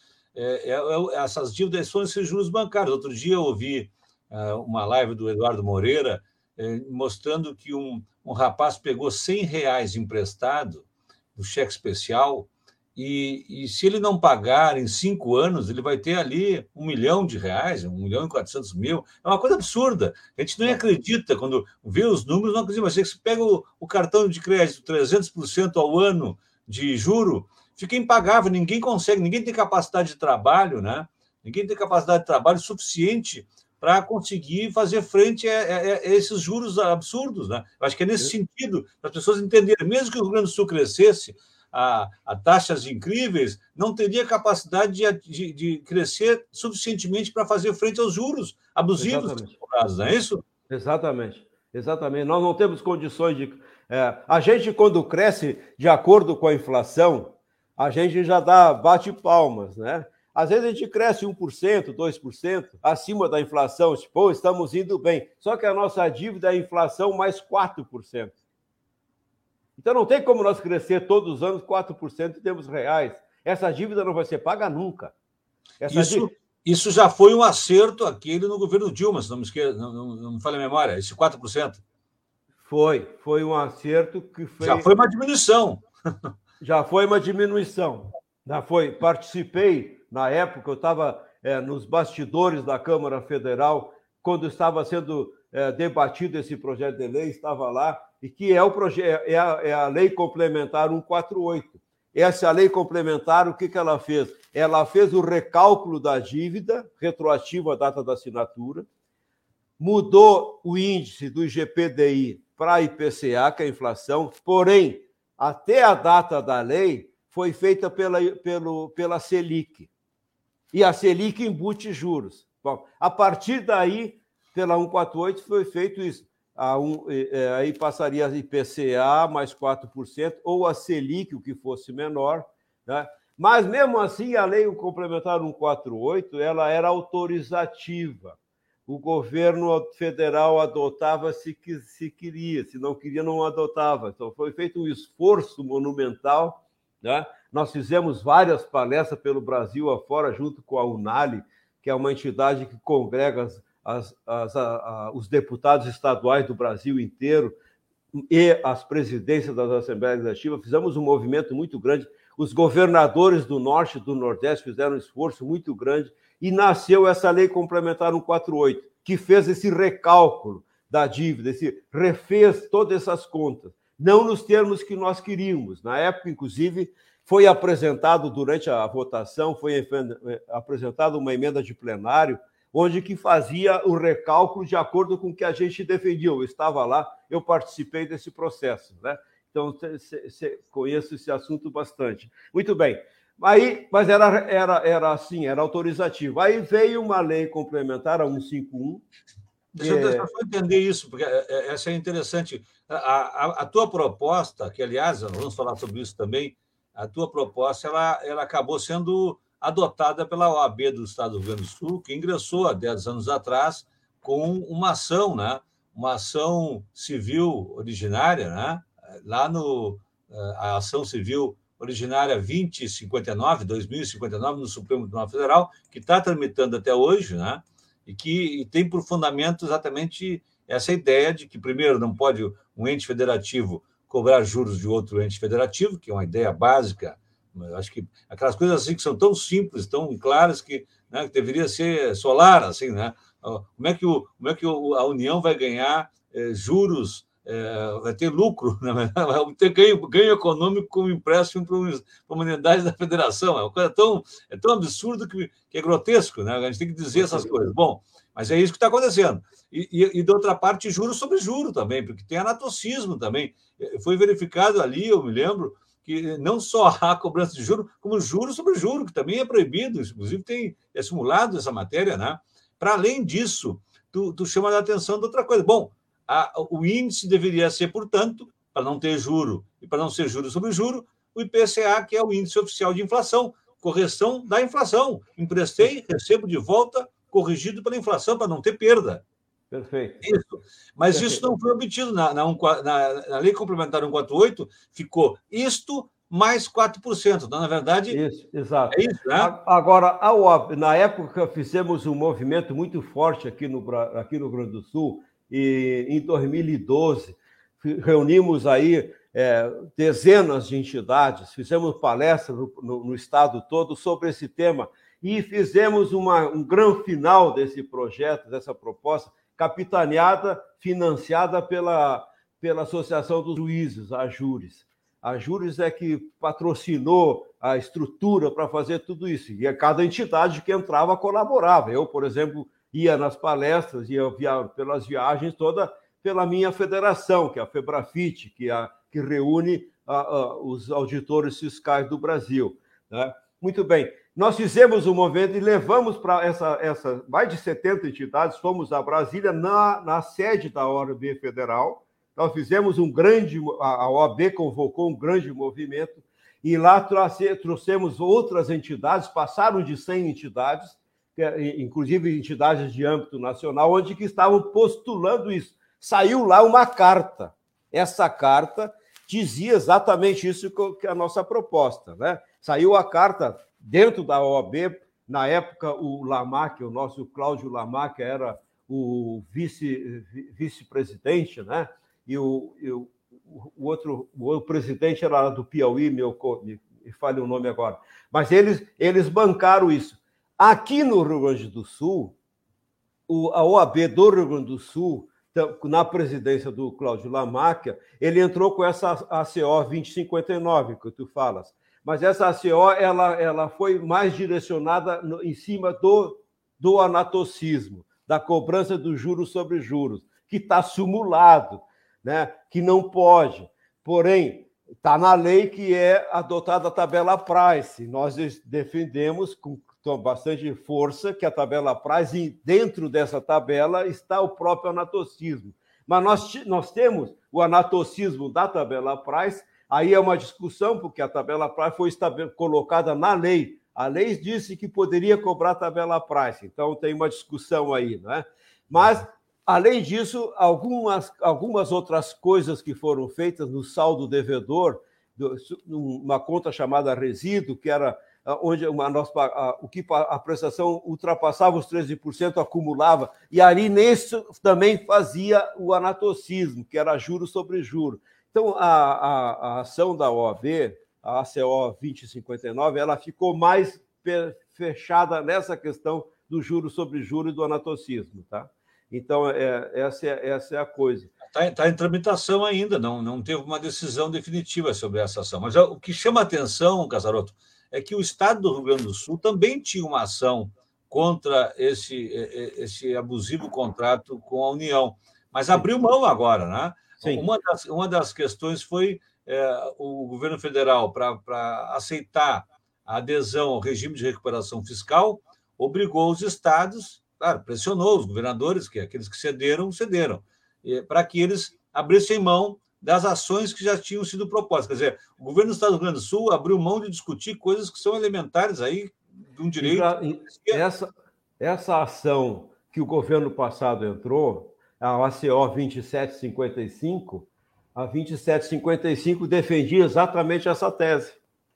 essas dívidas são esses juros bancários. Outro dia eu ouvi uma live do Eduardo Moreira mostrando que um rapaz pegou R$100 emprestado do cheque especial e se ele não pagar em 5 anos, ele vai ter ali R$1 milhão, R$1.400.000. É uma coisa absurda. A gente nem acredita. Quando vê os números, não acredita. Mas você pega o cartão de crédito, 300% ao ano de juro, fica impagável. Ninguém consegue, ninguém tem capacidade de trabalho, né, Ninguém tem capacidade de trabalho suficiente para conseguir fazer frente a esses juros absurdos, né? Eu acho que é nesse sentido, para as pessoas entenderem, mesmo que o Rio Grande do Sul crescesse a taxas incríveis, não teria capacidade de crescer suficientemente para fazer frente aos juros abusivos cobrados, não é isso? Exatamente. Nós não temos condições de... a gente, quando cresce de acordo com a inflação, a gente já bate palmas, né? Às vezes a gente cresce 1%, 2%, acima da inflação, tipo, estamos indo bem. Só que a nossa dívida é a inflação mais 4%. Então não tem como nós crescer todos os anos 4% em termos reais. Essa dívida não vai ser paga nunca. Isso já foi um acerto aquele no governo Dilma, se não me esqueça, não me falha a memória, esse 4%. Foi um acerto que fez... Já foi uma diminuição. Já foi uma diminuição. Participei, na época, eu estava nos bastidores da Câmara Federal, quando estava sendo debatido esse projeto de lei, estava lá, e que é a Lei Complementar 148. Essa lei complementar, o que ela fez? Ela fez o recálculo da dívida, retroativo à data da assinatura, mudou o índice do IGPDI para a IPCA, que é a inflação, porém, até a data da lei, foi feita pela Selic. E a Selic embute juros. Bom, a partir daí, pela 148, foi feito isso. Aí passaria a IPCA mais 4%, ou a Selic, o que fosse menor, né? Mas, mesmo assim, a Lei Complementar 148, ela era autorizativa. O governo federal adotava se queria, se não queria, não adotava. Então, foi feito um esforço monumental, né? Nós fizemos várias palestras pelo Brasil afora, junto com a UNALI, que é uma entidade que congrega os deputados estaduais do Brasil inteiro e as presidências das Assembleias Legislativas. Fizemos um movimento muito grande. Os governadores do Norte e do Nordeste fizeram um esforço muito grande e nasceu essa Lei Complementar 148, que fez esse recálculo da dívida, refez todas essas contas, não nos termos que nós queríamos. Na época, inclusive, foi apresentado, durante a votação, foi apresentada uma emenda de plenário, onde que fazia o recálculo de acordo com o que a gente defendia. Eu estava lá, eu participei desse processo, né? Então, conheço esse assunto bastante. Muito bem. Mas era assim, era autorizativo. Aí veio uma lei complementar, a 151. Deixa eu só entender isso, porque essa é interessante. A tua proposta, que, aliás, vamos falar sobre isso também, a tua proposta ela acabou sendo adotada pela OAB do Estado do Rio Grande do Sul, que ingressou há 10 anos atrás com uma ação, né? Uma ação civil originária, né? Lá a ação civil originária 2059 no Supremo Tribunal Federal, que está tramitando até hoje, né? E que tem por fundamento exatamente essa ideia de que, primeiro, não pode um ente federativo cobrar juros de outro ente federativo, que é uma ideia básica. Eu acho que aquelas coisas assim que são tão simples, tão claras, que, né, que deveria ser solar, assim, né? Como é que a União vai ganhar juros, vai ter lucro, né? Vai ter ganho econômico como empréstimo para uma unidade da federação? É uma coisa tão absurda que é grotesco, né? A gente tem que dizer essas coisas. Bom, mas é isso que está acontecendo. E, de outra parte, juros sobre juro também, porque tem anatocismo também. Foi verificado ali, eu me lembro, que não só há cobrança de juros, como juros sobre juro, que também é proibido, inclusive é simulado essa matéria, né? Para além disso, tu chama a atenção de outra coisa. Bom, o índice deveria ser, portanto, para não ter juro e para não ser juro sobre juro, o IPCA, que é o índice oficial de inflação, correção da inflação. Emprestei, recebo de volta, corrigido pela inflação, para não ter perda. Perfeito. Isso. Mas isso não foi obtido. Na Lei Complementar 148, ficou isto mais 4%. Então, na verdade, isso, exato. É isso, né? Agora, na época, fizemos um movimento muito forte aqui no Rio Grande do Sul, e em 2012, reunimos aí dezenas de entidades, fizemos palestras no estado todo sobre esse tema, e fizemos um grande final desse projeto, dessa proposta, capitaneada, financiada pela Associação dos Juízes, a Júris. A Júris é que patrocinou a estrutura para fazer tudo isso. E cada entidade que entrava colaborava. Eu, por exemplo, ia nas palestras, ia pelas viagens toda pela minha federação, que é a Febrafit, que reúne os auditores fiscais do Brasil. Né? Muito bem. Nós fizemos um movimento e levamos para essa mais de 70 entidades, fomos a Brasília na sede da OAB Federal. Nós fizemos a OAB convocou um grande movimento e lá trouxemos outras entidades, passaram de 100 entidades, inclusive entidades de âmbito nacional, onde que estavam postulando isso. Saiu lá uma carta. Essa carta dizia exatamente isso que é a nossa proposta, né? Saiu a carta dentro da OAB, na época o Lamarck, o nosso Cláudio Lamarck era o vice-presidente, né? E o presidente era do Piauí, me fale o nome agora. Mas eles bancaram isso. Aqui no Rio Grande do Sul, a OAB do Rio Grande do Sul, na presidência do Cláudio Lamarck, ele entrou com essa ACO 2059, que tu falas. Mas essa ACO ela foi mais direcionada em cima do anatocismo, da cobrança dos juros sobre juros, que está simulado, né? Que não pode. Porém, está na lei que é adotada a tabela Price. Nós defendemos com bastante força que a tabela Price, e dentro dessa tabela está o próprio anatocismo. Mas nós temos o anatocismo da tabela Price, aí é uma discussão, porque a tabela Price foi colocada na lei. A lei disse que poderia cobrar a tabela Price, então tem uma discussão aí, né? Mas, além disso, algumas outras coisas que foram feitas no saldo devedor, uma conta chamada resíduo, que era onde a prestação ultrapassava os 13%, acumulava, e ali nisso também fazia o anatocismo, que era juro sobre juro. Então, a ação da OAB, a ACO 2059, ela ficou mais fechada nessa questão do juro sobre juro e do anatocismo, tá? Então, essa é a coisa. Está em tramitação ainda, não teve uma decisão definitiva sobre essa ação. Mas o que chama a atenção, Casarotto, é que o Estado do Rio Grande do Sul também tinha uma ação contra esse abusivo contrato com a União, mas abriu mão agora, né? Sim. Uma das questões foi o governo federal, para aceitar a adesão ao regime de recuperação fiscal, obrigou os estados, claro, pressionou os governadores, que aqueles que cederam, para que eles abrissem mão das ações que já tinham sido propostas. Quer dizer, o governo do Estado do Rio Grande do Sul abriu mão de discutir coisas que são elementares aí de um direito. Essa ação que o governo passado entrou, a ACO 2755, a 2755 defendia exatamente essa tese.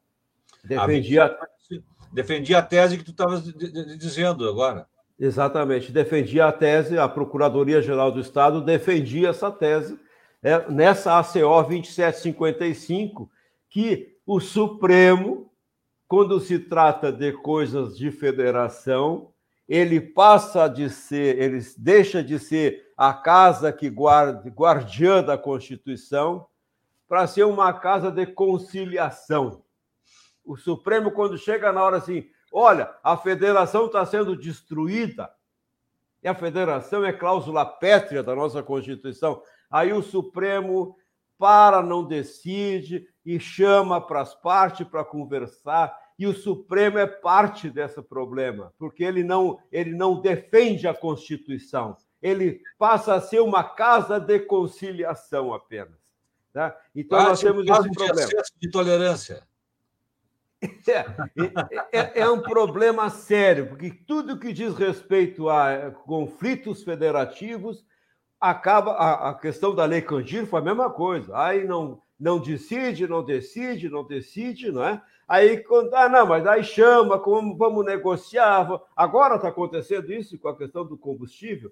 Defendia a tese que tu estavas dizendo agora. Exatamente, defendia a tese, a Procuradoria-Geral do Estado defendia essa tese, nessa ACO 2755, que o Supremo, quando se trata de coisas de federação, ele deixa de ser a casa que guardiã da Constituição para ser uma casa de conciliação. O Supremo, quando chega na hora assim, olha, a federação está sendo destruída, e a federação é cláusula pétrea da nossa Constituição, aí o Supremo não decide e chama para as partes para conversar, e o Supremo é parte desse problema, porque ele não defende a Constituição, ele passa a ser uma casa de conciliação apenas. Tá? Então, nós temos esse problema. Excesso de tolerância. É um problema sério, porque tudo que diz respeito a conflitos federativos acaba. A questão da Lei Candir foi a mesma coisa. Aí não decide, não é? Aí, mas aí chama, vamos negociar. Agora está acontecendo isso com a questão do combustível.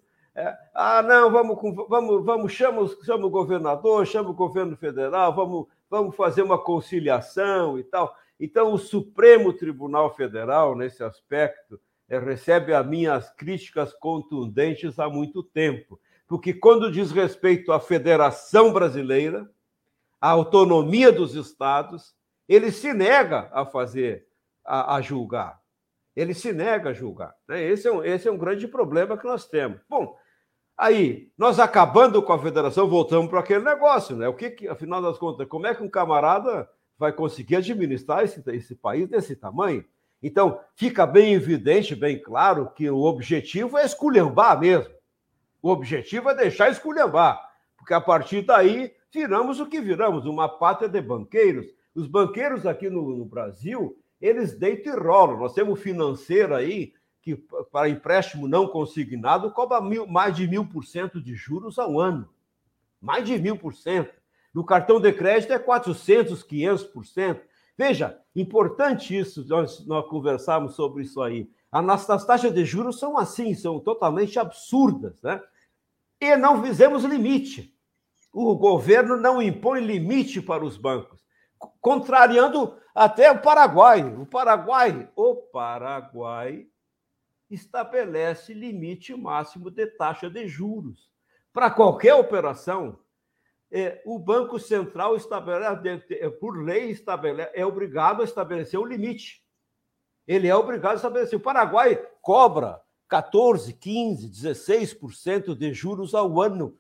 Chama o governador, chama o governo federal, vamos fazer uma conciliação e tal. Então, o Supremo Tribunal Federal, nesse aspecto, recebe as minhas críticas contundentes há muito tempo, porque quando diz respeito à Federação Brasileira, a autonomia dos estados, ele se nega a fazer, a julgar. Ele se nega a julgar. Né? Esse é um grande problema que nós temos. Bom, aí, nós acabando com a federação, voltamos para aquele negócio, né? Afinal das contas, como é que um camarada vai conseguir administrar esse país desse tamanho? Então, fica bem evidente, bem claro, que o objetivo é esculhambar mesmo. O objetivo é deixar esculhambar, porque a partir daí viramos o que viramos, uma pátria de banqueiros. Os banqueiros aqui no Brasil, eles deitam e rolam. Nós temos um financeiro aí que, para empréstimo não consignado, cobra mais de 1.000% de juros ao ano. Mais de 1.000%. No cartão de crédito é 400%, 500%. Veja, importante isso, nós conversarmos sobre isso aí. As taxas de juros são assim, são totalmente absurdas, né? E não fizemos limite. O governo não impõe limite para os bancos, contrariando até o Paraguai. O Paraguai estabelece limite máximo de taxa de juros. Para qualquer operação, o Banco Central estabelece, por lei, é obrigado a estabelecer um limite. Ele é obrigado a estabelecer. O Paraguai cobra 14%, 15%, 16% de juros ao ano.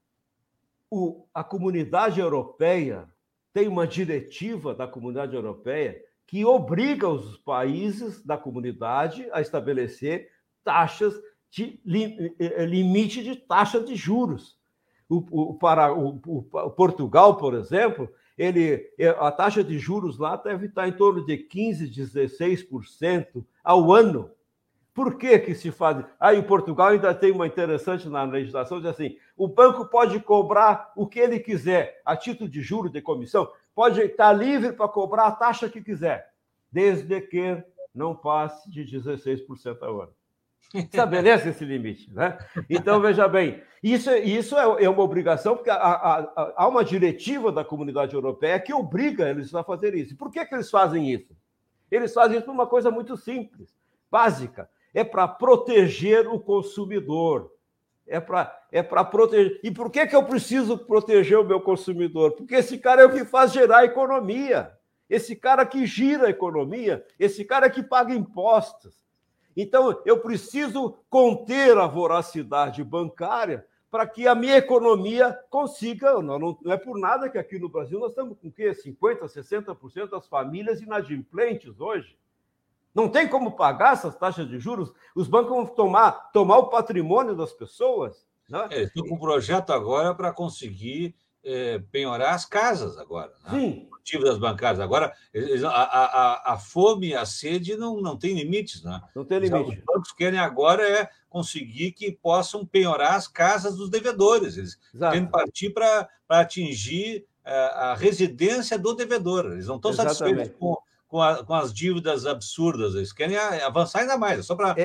A Comunidade Europeia tem uma diretiva da Comunidade Europeia que obriga os países da comunidade a estabelecer taxas de limite de taxa de juros. O Portugal, por exemplo, a taxa de juros lá deve estar em torno de 15%, 16% ao ano. Por que se faz? Aí o Portugal ainda tem uma interessante na legislação, diz assim, o banco pode cobrar o que ele quiser, a título de juros, de comissão, pode estar livre para cobrar a taxa que quiser, desde que não passe de 16% ao ano. Estabelece esse limite, né? Então, veja bem, isso é uma obrigação, porque há uma diretiva da Comunidade Europeia que obriga eles a fazer isso. Por que eles fazem isso? Eles fazem isso por uma coisa muito simples, básica. É para proteger o consumidor. É para proteger. E por que eu preciso proteger o meu consumidor? Porque esse cara é o que faz gerar a economia. Esse cara que gira a economia, esse cara que paga impostos. Então, eu preciso conter a voracidade bancária para que a minha economia consiga... Não é por nada que aqui no Brasil nós estamos com o quê? 50%, 60% das famílias inadimplentes hoje. Não tem como pagar essas taxas de juros. Os bancos vão tomar o patrimônio das pessoas. Né? Estou com um projeto agora para conseguir penhorar as casas agora. Né? Sim. O motivo das bancárias. Agora, a fome e a sede não tem limites. Né? Não tem limite. Os bancos querem agora conseguir que possam penhorar as casas dos devedores. Eles querem partir para atingir a residência do devedor. Eles não estão satisfeitos com as dívidas absurdas, eles querem avançar ainda mais. Só para.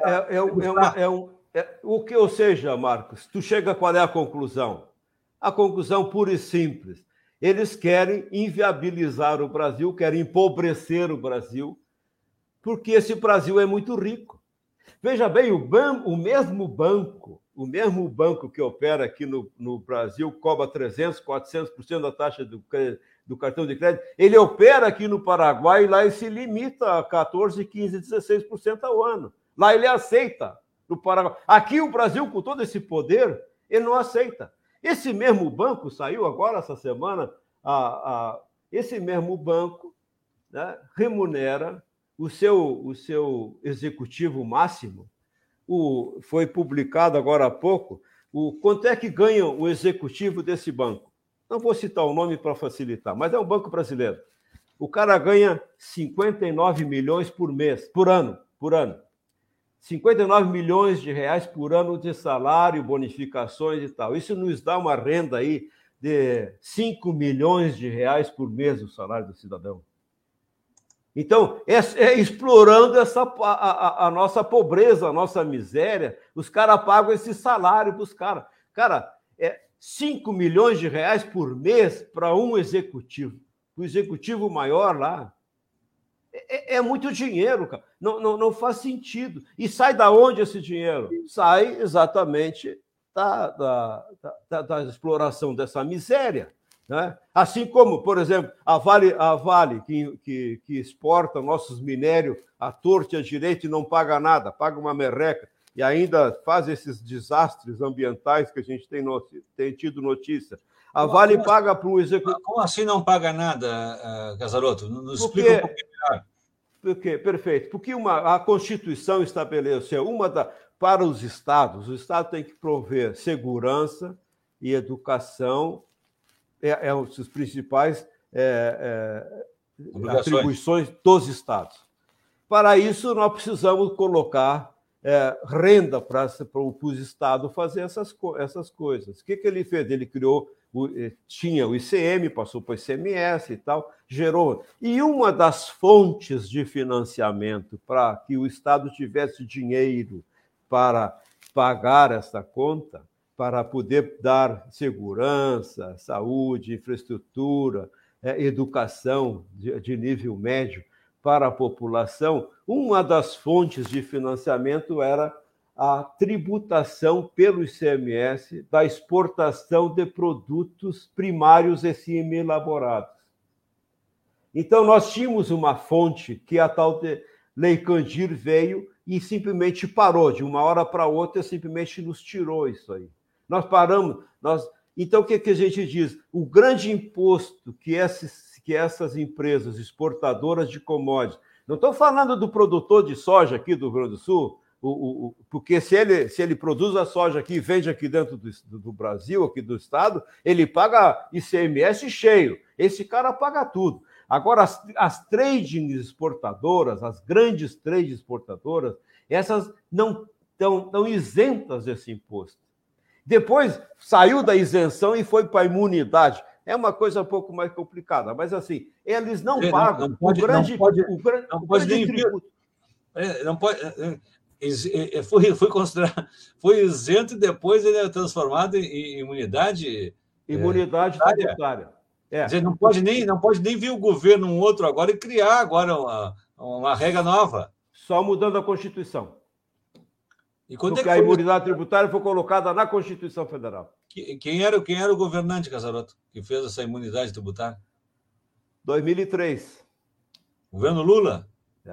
Ou seja, Marcos, tu chega qual é a conclusão? A conclusão pura e simples. Eles querem inviabilizar o Brasil, querem empobrecer o Brasil, porque esse Brasil é muito rico. Veja bem, o mesmo banco que opera aqui no Brasil, cobra 300%, 400% da taxa do cartão de crédito, ele opera aqui no Paraguai e lá ele se limita a 14%, 15%, 16% ao ano. Lá ele aceita no Paraguai. Aqui o Brasil, com todo esse poder, ele não aceita. Esse mesmo banco saiu agora, essa semana, esse mesmo banco, né, remunera o seu executivo máximo. Foi publicado agora há pouco quanto é que ganha o executivo desse banco. Não vou citar o nome para facilitar, mas é um banco brasileiro. O cara ganha 59 milhões por ano. 59 milhões de reais por ano de salário, bonificações e tal. Isso nos dá uma renda aí de 5 milhões de reais por mês o salário do cidadão. Então, explorando a nossa pobreza, a nossa miséria, os caras pagam esse salário para os caras. Cara, 5 milhões de reais por mês para um executivo. O executivo maior lá. É muito dinheiro, cara. Não faz sentido. E sai da onde esse dinheiro? Sai exatamente da exploração dessa miséria. né? Assim como, por exemplo, a Vale que exporta nossos minérios à torta e à direita e não paga nada, paga uma merreca, e ainda faz esses desastres ambientais que a gente tem tido notícia. A Vale paga para o executivo. Como assim não paga nada, Casaroto? Nos explica um pouquinho melhor. Perfeito. Porque a Constituição estabeleceu para os estados têm que prover segurança e educação, os principais atribuições dos estados. Para isso, nós precisamos colocar renda para os estados fazer essas coisas. O que ele fez? Ele criou, tinha o ICM, passou para o ICMS e tal, gerou. E uma das fontes de financiamento para que o estado tivesse dinheiro para pagar essa conta, para poder dar segurança, saúde, infraestrutura, educação de nível médio para a população, uma das fontes de financiamento era a tributação pelo ICMS da exportação de produtos primários e semi-elaborados. Então, nós tínhamos uma fonte que a tal de Lei Candir veio e simplesmente parou, de uma hora para outra, simplesmente nos tirou isso aí. Nós paramos. Então, o que a gente diz? O grande imposto que essas empresas exportadoras de commodities, não estou falando do produtor de soja aqui do Rio Grande do Sul, porque se ele produz a soja aqui e vende aqui dentro do Brasil, aqui do estado, ele paga ICMS cheio. Esse cara paga tudo. Agora, as trading exportadoras, as grandes trade exportadoras, essas não estão isentas desse imposto. Depois saiu da isenção e foi para a imunidade. É uma coisa um pouco mais complicada, mas assim, eles não pagam. Foi isento e depois ele é transformado em imunidade. Imunidade tributária. Quer dizer, não pode nem vir o governo um outro agora e criar agora uma regra nova. Só mudando a Constituição. E porque a imunidade tributária foi colocada na Constituição Federal. Quem era o governante, Casaroto, que fez essa imunidade tributária? 2003. Governo Lula?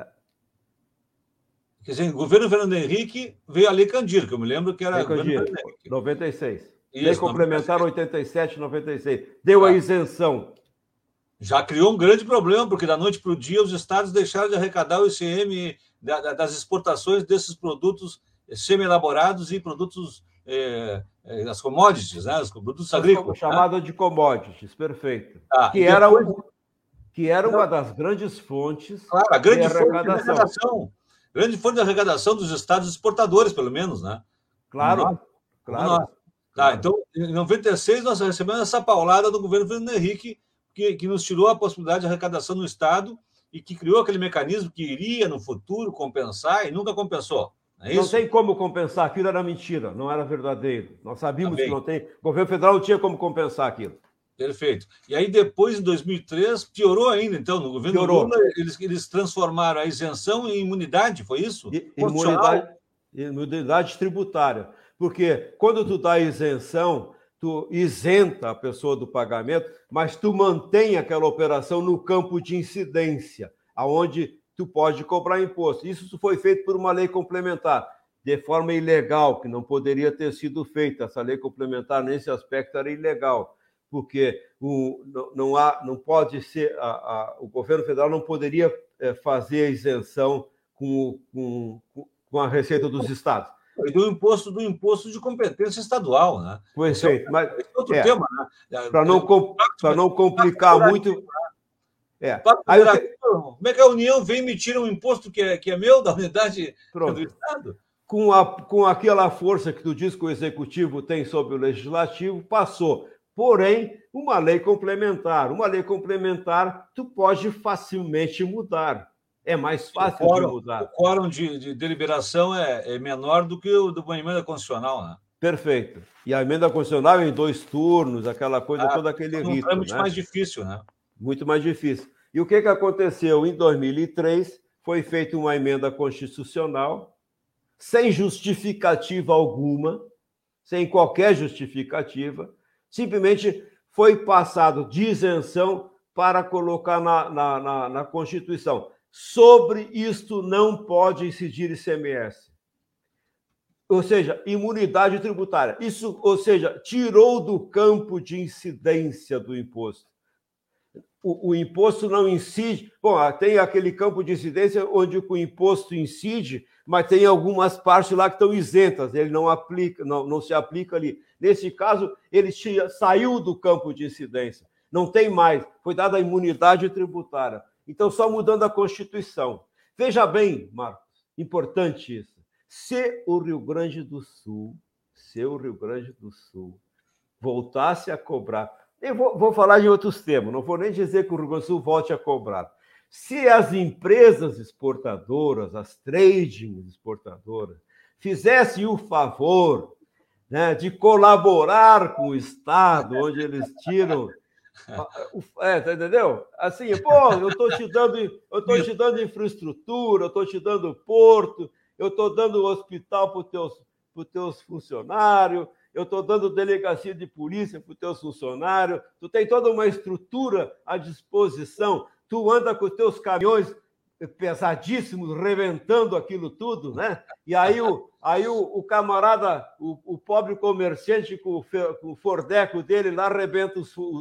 Quer dizer, o governo Fernando Henrique veio a Lei Candir, que eu me lembro que era Lei Candir, 96. Isso, Lei complementar 97, 96. Deu a isenção. Já criou um grande problema, porque da noite para o dia os estados deixaram de arrecadar o ICM das exportações desses produtos semi-elaborados e produtos das commodities, né? Os produtos agrícolas. Chamada de commodities, perfeito. Que era uma das grandes fontes a grande fonte de arrecadação. Grande fonte de arrecadação dos estados exportadores, pelo menos, né? Claro. Tá, então, em 96, nós recebemos essa paulada do governo Fernando Henrique, que nos tirou a possibilidade de arrecadação no estado e que criou aquele mecanismo que iria, no futuro, compensar e nunca compensou. Não tem como compensar, aquilo era mentira, não era verdadeiro. Nós sabíamos que não tem. O governo federal não tinha como compensar aquilo. Perfeito. E aí, depois, em 2003, piorou ainda. Então, no governo Lula, eles transformaram a isenção em imunidade, foi isso? Imunidade tributária. Porque quando tu dá isenção, tu isenta a pessoa do pagamento, mas tu mantém aquela operação no campo de incidência, aonde tu pode cobrar imposto. Isso foi feito por uma lei complementar, de forma ilegal, que não poderia ter sido feita. Essa lei complementar, nesse aspecto, era ilegal, porque não pode ser, o governo federal não poderia fazer a isenção com a receita dos estados. E do imposto de competência estadual, né? Perfeito, mas é outro tema, né? Para não complicar muito. Como é que a União vem e me tira um imposto que é meu, da unidade do Estado? Com aquela força que tu diz que o Executivo tem sobre o Legislativo, passou. Porém, uma lei complementar, tu pode facilmente mudar. É mais fácil de mudar. O quórum de deliberação é menor do que o de uma emenda constitucional, né? Perfeito. E a emenda constitucional é em 2 turnos, aquela coisa, todo aquele ritmo. É muito mais difícil, né? Muito mais difícil. E o que aconteceu? Em 2003, foi feita uma emenda constitucional, sem justificativa alguma, sem qualquer justificativa, simplesmente foi passado de isenção para colocar na Constituição. Sobre isto não pode incidir ICMS. Ou seja, imunidade tributária. Isso, ou seja, tirou do campo de incidência do imposto. O imposto não incide. Bom, tem aquele campo de incidência onde o imposto incide, mas tem algumas partes lá que estão isentas, ele não aplica, não se aplica ali. Nesse caso, ele saiu do campo de incidência, não tem mais, foi dada a imunidade tributária. Então, só mudando a Constituição. Veja bem, Marcos, importante isso. Se o Rio Grande do Sul voltasse a cobrar, eu vou falar de outros termos, não vou nem dizer que o Rio Grande do Sul volte a cobrar. Se as empresas exportadoras, as trading exportadoras, fizessem o favor, né, de colaborar com o Estado, onde eles tiram... tá, entendeu? Assim, pô, eu estou te dando infraestrutura, eu estou te dando porto, eu estou dando hospital para os teus funcionários, eu estou dando delegacia de polícia para os teus funcionários, tu tem toda uma estrutura à disposição, tu anda com os teus caminhões pesadíssimos, reventando aquilo tudo, né? E aí o camarada, o pobre comerciante com o fordeco dele lá arrebenta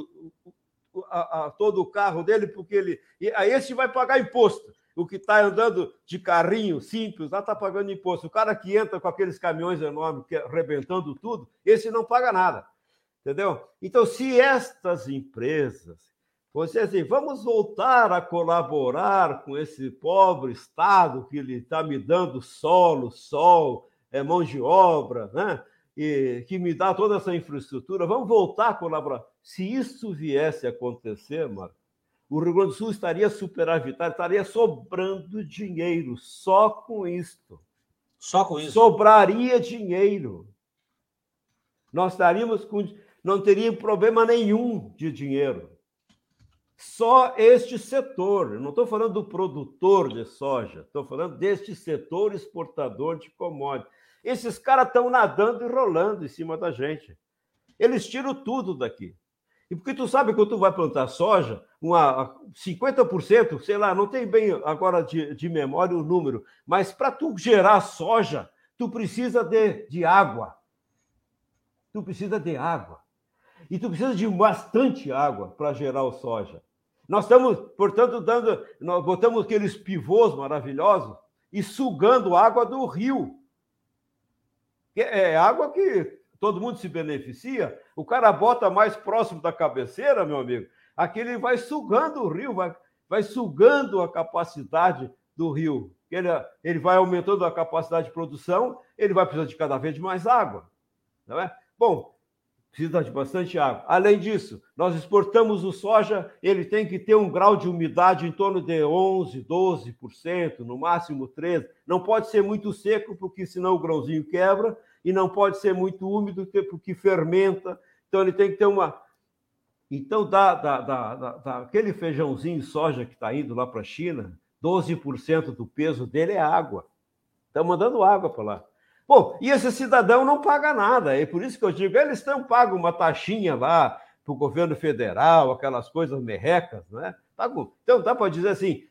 todo o carro dele, porque aí esse vai pagar imposto. O que está andando de carrinho simples, lá está pagando imposto. O cara que entra com aqueles caminhões enormes, arrebentando tudo, esse não paga nada. Entendeu? Então, se estas empresas fossem assim, vamos voltar a colaborar com esse pobre Estado que ele está me dando sol, mão de obra, né? E que me dá toda essa infraestrutura, vamos voltar a colaborar. Se isso viesse a acontecer, Marco, o Rio Grande do Sul estaria superavitário, estaria sobrando dinheiro só com isto. Só com isso? Sobraria dinheiro. Nós não teríamos problema nenhum de dinheiro. Só este setor, eu não estou falando do produtor de soja, estou falando deste setor exportador de commodities. Esses caras estão nadando e rolando em cima da gente. Eles tiram tudo daqui. E porque tu sabe que quando tu vai plantar soja, 50%, sei lá, não tem bem agora de memória o número, mas para tu gerar soja, tu precisa de água. Tu precisa de água. E tu precisa de bastante água para gerar o soja. Nós estamos, portanto, nós botamos aqueles pivôs maravilhosos e sugando água do rio. É água que todo mundo se beneficia, o cara bota mais próximo da cabeceira, meu amigo, aquele vai sugando o rio, vai sugando a capacidade do rio. Ele vai aumentando a capacidade de produção, ele vai precisar de cada vez mais água. Não é? Bom, precisa de bastante água. Além disso, nós exportamos o soja, ele tem que ter um grau de umidade em torno de 11%, 12%, no máximo 13%. Não pode ser muito seco, porque senão o grãozinho quebra, e não pode ser muito úmido, porque fermenta. Então, ele tem que ter uma... Então, aquele feijãozinho soja que está indo lá para a China, 12% do peso dele é água. Estão mandando água para lá. Bom, e esse cidadão não paga nada. É por isso que eu digo, eles não pagam uma taxinha lá para o governo federal, aquelas coisas merrecas, né? Então, dá para dizer assim,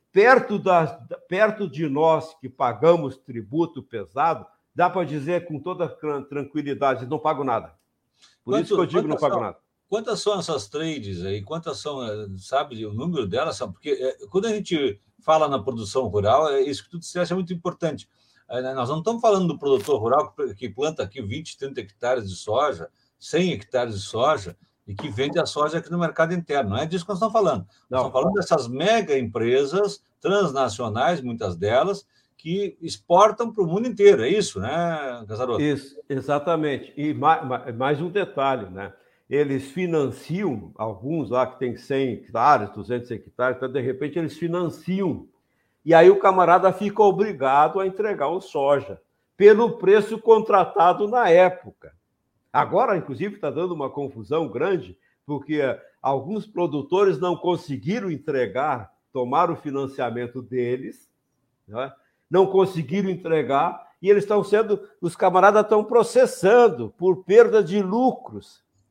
perto de nós que pagamos tributo pesado, dá para dizer com toda tranquilidade, não pago nada. Por isso que eu digo não pago nada. Quantas são essas trades aí? Quantas são, sabe, o número delas? Porque quando a gente fala na produção rural, isso que tu disseste é muito importante. Nós não estamos falando do produtor rural que planta aqui 20, 30 hectares de soja, 100 hectares de soja, e que vende a soja aqui no mercado interno. Não é disso que nós estamos falando. Nós estamos falando dessas mega empresas transnacionais, muitas delas, que exportam para o mundo inteiro. É isso, né, Casaroto? Isso, exatamente. E mais um detalhe, né? Eles financiam, alguns lá que tem 100 hectares, 200 hectares, então, de repente, eles financiam. E aí o camarada fica obrigado a entregar o soja pelo preço contratado na época. Agora, inclusive, está dando uma confusão grande, porque alguns produtores não conseguiram entregar, tomar o financiamento deles, né? Não conseguiram entregar, e eles estão os camaradas estão processando por perda de lucros.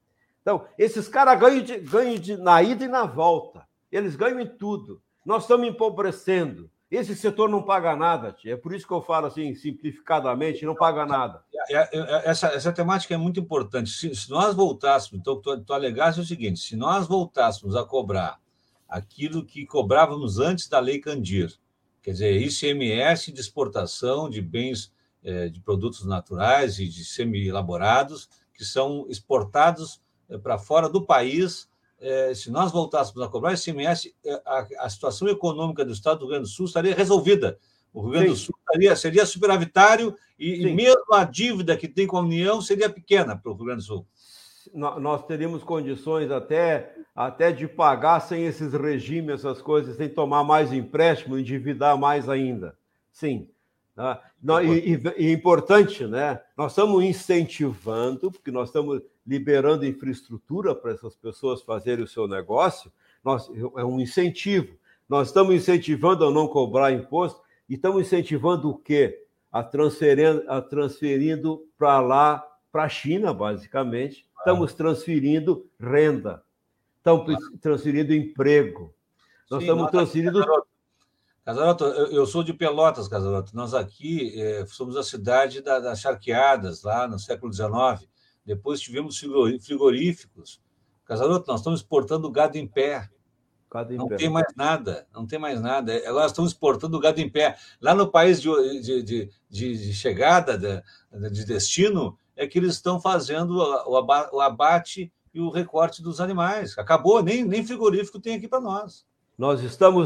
Então, esses caras ganham na ida e na volta. Eles ganham em tudo. Nós estamos empobrecendo. Esse setor não paga nada, tia. É por isso que eu falo assim, simplificadamente, não paga nada. Essa temática é muito importante. Se nós voltássemos, então, tu alegasse o seguinte, se nós voltássemos a cobrar aquilo que cobrávamos antes da Lei Candir, quer dizer, ICMS de exportação de bens, de produtos naturais e de semi-elaborados, que são exportados para fora do país, se nós voltássemos a cobrar ICMS, a situação econômica do Estado do Rio Grande do Sul estaria resolvida. O Rio Grande do Sul seria superavitário e mesmo a dívida que tem com a União seria pequena para o Rio Grande do Sul. Nós teríamos condições até de pagar sem esses regimes, essas coisas, sem tomar mais empréstimo, endividar mais ainda. Sim. E é importante, né? Nós estamos incentivando, porque nós estamos liberando infraestrutura para essas pessoas fazerem o seu negócio, é um incentivo. Nós estamos incentivando a não cobrar imposto e estamos incentivando o quê? A transferindo para lá, para a China, basicamente. Estamos transferindo renda, estamos transferindo emprego. Nós estamos transferindo... Casarotto, eu sou de Pelotas, Casarotto. Nós aqui somos a cidade das charqueadas, lá no século XIX. Depois tivemos frigoríficos. Casarotto, nós estamos exportando gado em pé. Não tem mais nada, não tem mais nada. Agora estamos exportando gado em pé. Lá no país de chegada, de destino, é que eles estão fazendo o abate e o recorte dos animais. Acabou, nem frigorífico tem aqui para nós. Nós estamos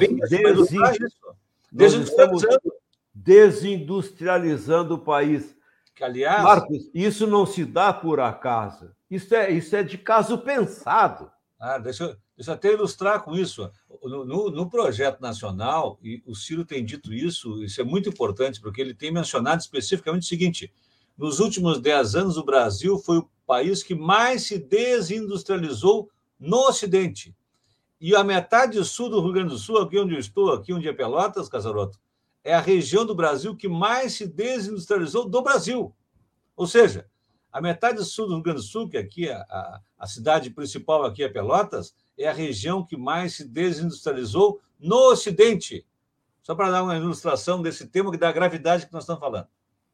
desindustrializando o país. Que, aliás, Marcos, isso não se dá por acaso. Isso é de caso pensado. Deixa eu até ilustrar com isso. No projeto nacional, e o Ciro tem dito isso é muito importante, porque ele tem mencionado especificamente o seguinte: nos últimos 10 anos, o Brasil foi o país que mais se desindustrializou no Ocidente. E a metade sul do Rio Grande do Sul, aqui onde eu estou, aqui onde é Pelotas, Casarotto, é a região do Brasil que mais se desindustrializou do Brasil. Ou seja, a metade sul do Rio Grande do Sul, que aqui a cidade principal aqui é Pelotas, é a região que mais se desindustrializou no Ocidente. Só para dar uma ilustração desse tema, da gravidade que nós estamos falando.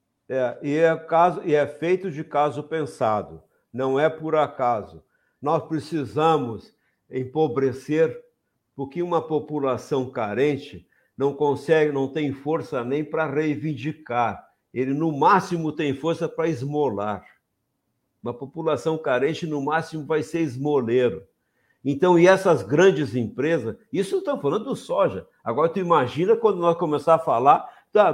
E é feito de caso pensado, não é por acaso. Nós precisamos empobrecer, porque uma população carente não tem força nem para reivindicar. Ele, no máximo, tem força para esmolar. Uma população carente, no máximo, vai ser esmoleiro. Então, e essas grandes empresas, isso não estamos falando do soja. Agora, tu imagina quando nós começar a falar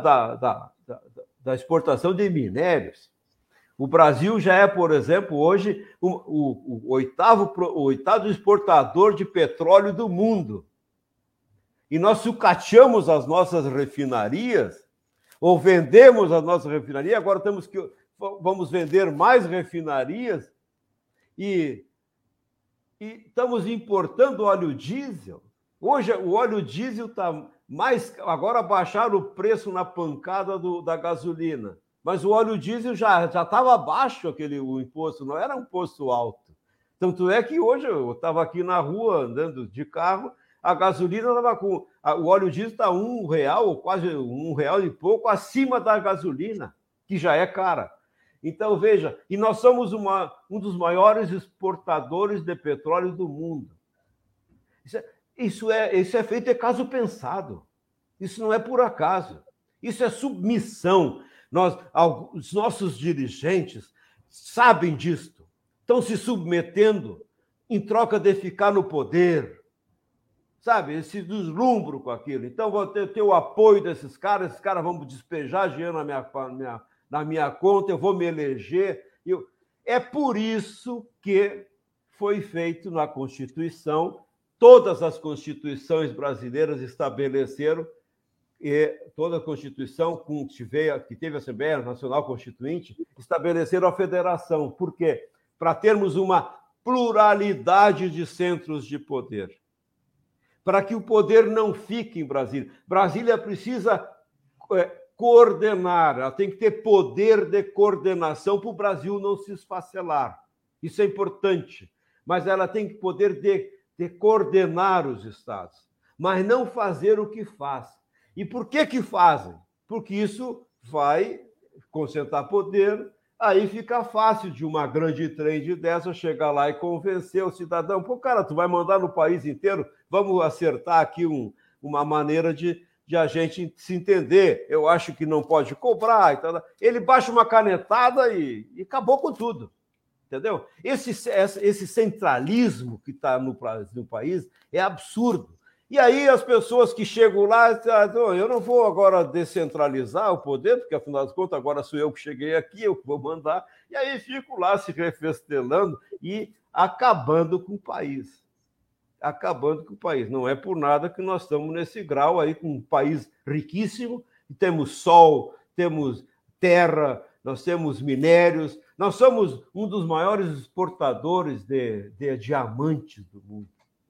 da exportação de minérios. O Brasil já é, por exemplo, hoje o oitavo exportador de petróleo do mundo. E nós sucateamos as nossas refinarias, ou vendemos as nossas refinarias, agora vamos vender mais refinarias e estamos importando óleo diesel. Hoje o óleo diesel está mais... Agora baixaram o preço na pancada da gasolina. Mas o óleo diesel já estava baixo o imposto, não era um imposto alto. Tanto é que hoje eu estava aqui na rua andando de carro, a gasolina estava com... O óleo diesel está R$1, ou quase R$1 e pouco, acima da gasolina, que já é cara. Então, veja, e nós somos um dos maiores exportadores de petróleo do mundo. Isso é feito de caso pensado. Isso não é por acaso. Isso é submissão. Os nossos dirigentes sabem disto, estão se submetendo em troca de ficar no poder, sabe? Eles se deslumbram com aquilo. Então, vou ter o apoio desses caras, esses caras vão despejar dinheiro na minha conta, eu vou me eleger. É por isso que foi feito na Constituição, todas as constituições brasileiras estabeleceram, e toda a Constituição que teve a Assembleia Nacional Constituinte, estabeleceram a federação. Por quê? Para termos uma pluralidade de centros de poder. Para que o poder não fique em Brasília. Brasília precisa coordenar, ela tem que ter poder de coordenação para o Brasil não se esfacelar. Isso é importante. mas ela tem que poder de coordenar os estados, mas não fazer o que faz. E por que fazem? Porque isso vai concentrar poder, aí fica fácil de uma grande trade dessa chegar lá e convencer o cidadão. Pô, cara, tu vai mandar no país inteiro, vamos acertar aqui uma maneira de a gente se entender. Eu acho que não pode cobrar. Então, ele baixa uma canetada e acabou com tudo. Entendeu? Esse centralismo que está no país é absurdo. E aí as pessoas que chegam lá, eu não vou agora descentralizar o poder, porque afinal de contas agora sou eu que cheguei aqui, eu que vou mandar, e aí fico lá se refestelando e acabando com o país. Acabando com o país. Não é por nada que nós estamos nesse grau aí, com um país riquíssimo, temos sol, temos terra, nós temos minérios, nós somos um dos maiores exportadores de diamantes do mundo.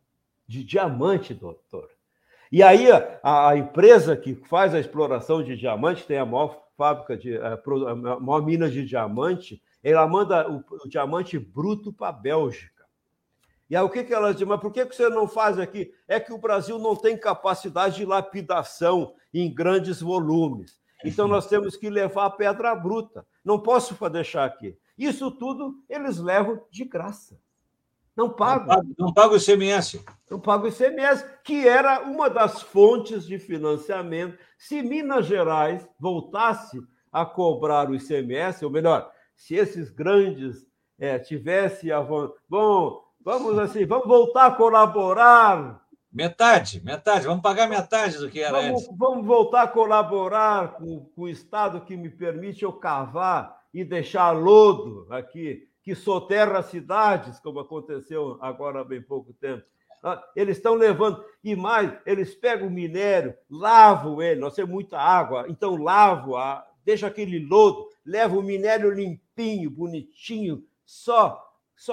De diamante, doutor. E aí a empresa que faz a exploração de diamante, tem a maior fábrica, a maior mina de diamante, ela manda o diamante bruto para a Bélgica. E aí o que ela diz? Mas por que você não faz aqui? É que o Brasil não tem capacidade de lapidação em grandes volumes. Então nós temos que levar a pedra bruta. Não posso deixar aqui. Isso tudo eles levam de graça. Não pagam. Não paga o ICMS. Não paga o ICMS, que era uma das fontes de financiamento. Se Minas Gerais voltasse a cobrar o ICMS, ou melhor, se esses grandes tivessem a vontade... Bom, vamos voltar a colaborar. Metade, vamos pagar metade do que era antes. Vamos voltar a colaborar com o Estado que me permite eu cavar e deixar lodo aqui, que soterra cidades, como aconteceu agora há bem pouco tempo. Eles estão levando, e mais, eles pegam o minério, lavam ele, nós temos muita água, então lavam, deixa aquele lodo, leva o minério limpinho, bonitinho, só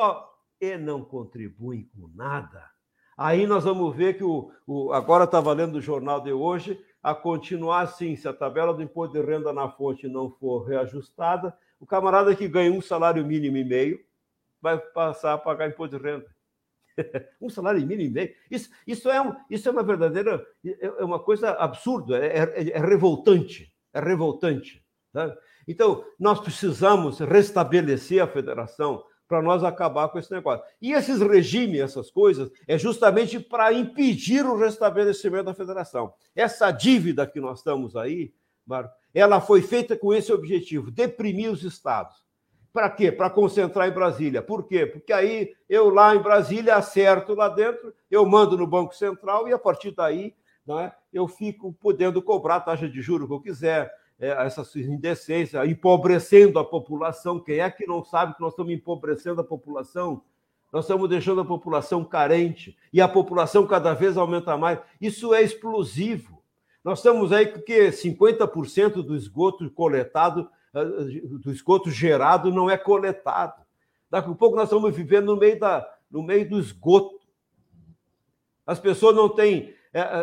e não contribuem com nada. Aí nós vamos ver que agora estava lendo o jornal de hoje, a continuar assim, se a tabela do imposto de renda na fonte não for reajustada, o camarada que ganha um salário mínimo e meio vai passar a pagar imposto de renda. Um salário mínimo e meio. Isso é uma verdadeira... É uma coisa absurda, é revoltante. É revoltante. Tá? Então, nós precisamos restabelecer a federação para nós acabar com esse negócio. E esses regimes, essas coisas, é justamente para impedir o restabelecimento da federação. Essa dívida que nós estamos aí, Marco, ela foi feita com esse objetivo, deprimir os estados. Para quê? Para concentrar em Brasília. Por quê? Porque aí eu lá em Brasília acerto lá dentro, eu mando no Banco Central e a partir daí, não é, eu fico podendo cobrar a taxa de juros que eu quiser, essa indecência, empobrecendo a população. Quem é que não sabe que nós estamos empobrecendo a população? Nós estamos deixando a população carente e a população cada vez aumenta mais. Isso é explosivo. Nós estamos aí com que 50% do esgoto coletado, do esgoto gerado, não é coletado. Daqui a pouco nós estamos vivendo no meio do esgoto. As pessoas não têm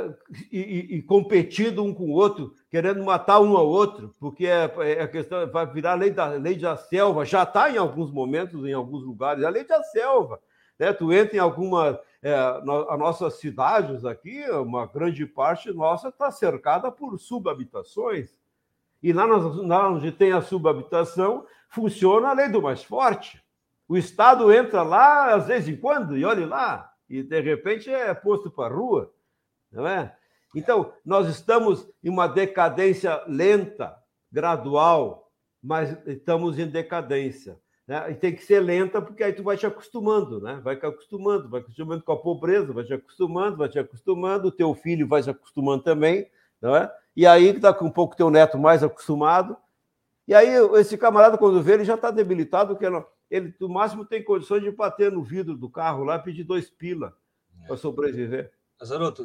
e competindo um com o outro, querendo matar um ao outro, porque a questão vai virar a lei da selva, já está em alguns momentos, em alguns lugares, a lei da selva. Né? Tu entra em alguma... as nossas cidades aqui, uma grande parte nossa está cercada por subhabitações. E lá onde tem a subhabitação, funciona a lei do mais forte. O Estado entra lá, às vezes em quando, e olhe lá, e de repente é posto para a rua. Não é? Então, nós estamos em uma decadência lenta, gradual, mas estamos em decadência. Né? E tem que ser lenta, porque aí tu vai te acostumando, né? Vai acostumando com a pobreza, vai te acostumando, o teu filho vai se acostumando também, não é? E aí, daqui um pouco, teu neto mais acostumado, e aí esse camarada, quando vê, ele já está debilitado, porque ele, no máximo, tem condições de bater no vidro do carro lá e pedir 2 pila para sobreviver. Zaroto,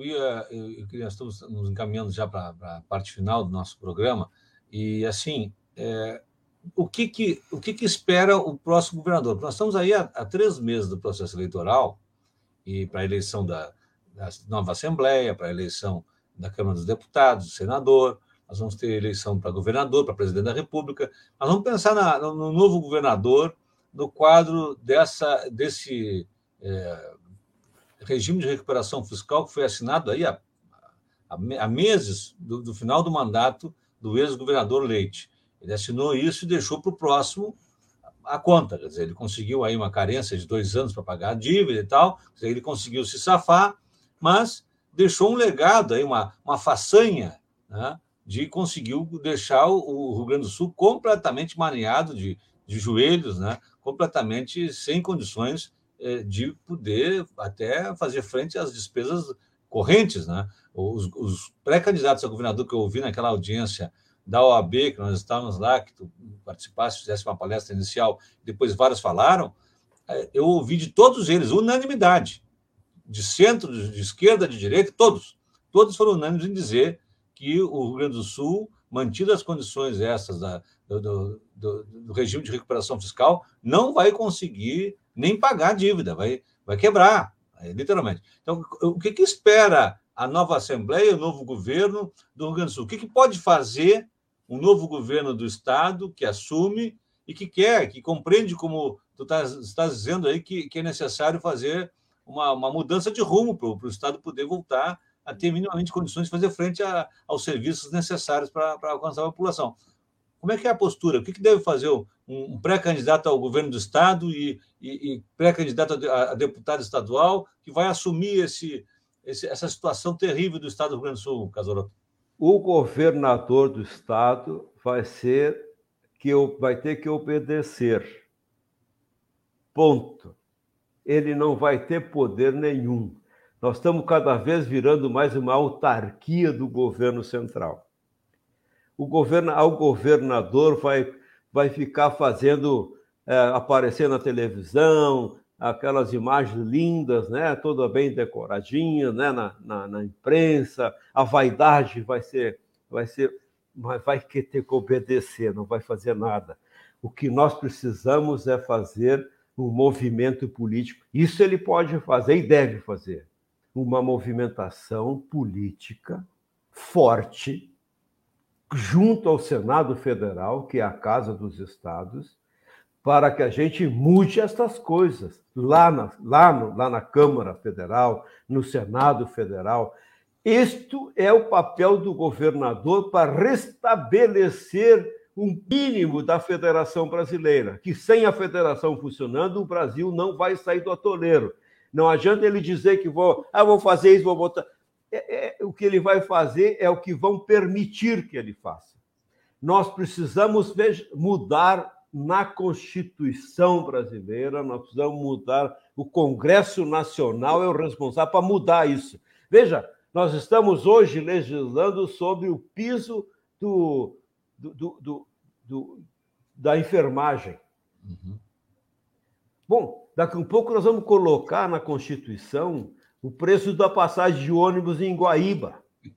nós estamos nos encaminhando já para a parte final do nosso programa, e assim, o que espera o próximo governador? Nós estamos aí há 3 meses do processo eleitoral, e para a eleição da nova Assembleia, para a eleição da Câmara dos Deputados, do senador, nós vamos ter eleição para governador, para presidente da República, nós vamos pensar no novo governador, no quadro desse regime de recuperação fiscal que foi assinado aí há meses do final do mandato do ex-governador Leite. Ele assinou isso e deixou para o próximo a conta. Quer dizer, ele conseguiu aí uma carência de 2 anos para pagar a dívida e tal, quer dizer, ele conseguiu se safar, mas deixou um legado, aí, uma façanha, né, de conseguiu deixar o Rio Grande do Sul completamente mareado de joelhos, né, completamente sem condições de poder até fazer frente às despesas correntes. Né? Os pré-candidatos a governador que eu ouvi naquela audiência da OAB, que nós estávamos lá, que tu participasse, fizesse uma palestra inicial, depois vários falaram, eu ouvi de todos eles, unanimidade, de centro, de esquerda, de direita, todos foram unânimes em dizer que o Rio Grande do Sul, mantidas as condições essas do regime de recuperação fiscal, não vai conseguir nem pagar a dívida, vai quebrar, literalmente. Então, o que espera a nova Assembleia, o novo governo do Rio Grande do Sul? O que pode fazer um novo governo do Estado que assume e que compreende, como tu estás dizendo aí, que é necessário fazer uma mudança de rumo para o Estado poder voltar a ter minimamente condições de fazer frente aos serviços necessários para alcançar a população. Como é que é a postura? O que deve fazer um pré-candidato ao governo do Estado e pré-candidato a deputado estadual que vai assumir essa situação terrível do Estado do Rio Grande do Sul, Casoroto? O governador do Estado vai ter que obedecer. Ponto. Ele não vai ter poder nenhum. Nós estamos cada vez virando mais uma autarquia do governo central. O governador vai ficar fazendo, aparecer na televisão, aquelas imagens lindas, né, toda bem decoradinha, né, na imprensa, a vaidade mas vai ter que obedecer, não vai fazer nada. O que nós precisamos é fazer um movimento político. Isso ele pode fazer e deve fazer. Uma movimentação política forte junto ao Senado Federal, que é a Casa dos Estados, para que a gente mude estas coisas lá na Câmara Federal, no Senado Federal. Isto é o papel do governador para restabelecer um mínimo da Federação Brasileira, que sem a Federação funcionando, o Brasil não vai sair do atoleiro. Não adianta ele dizer que vou fazer isso, vou botar... O que ele vai fazer é o que vão permitir que ele faça. Nós precisamos mudar na Constituição brasileira, nós precisamos mudar, o Congresso Nacional é o responsável para mudar isso. Veja, nós estamos hoje legislando sobre o piso da enfermagem. Uhum. Bom, daqui a um pouco nós vamos colocar na Constituição o preço da passagem de ônibus em Guaíba.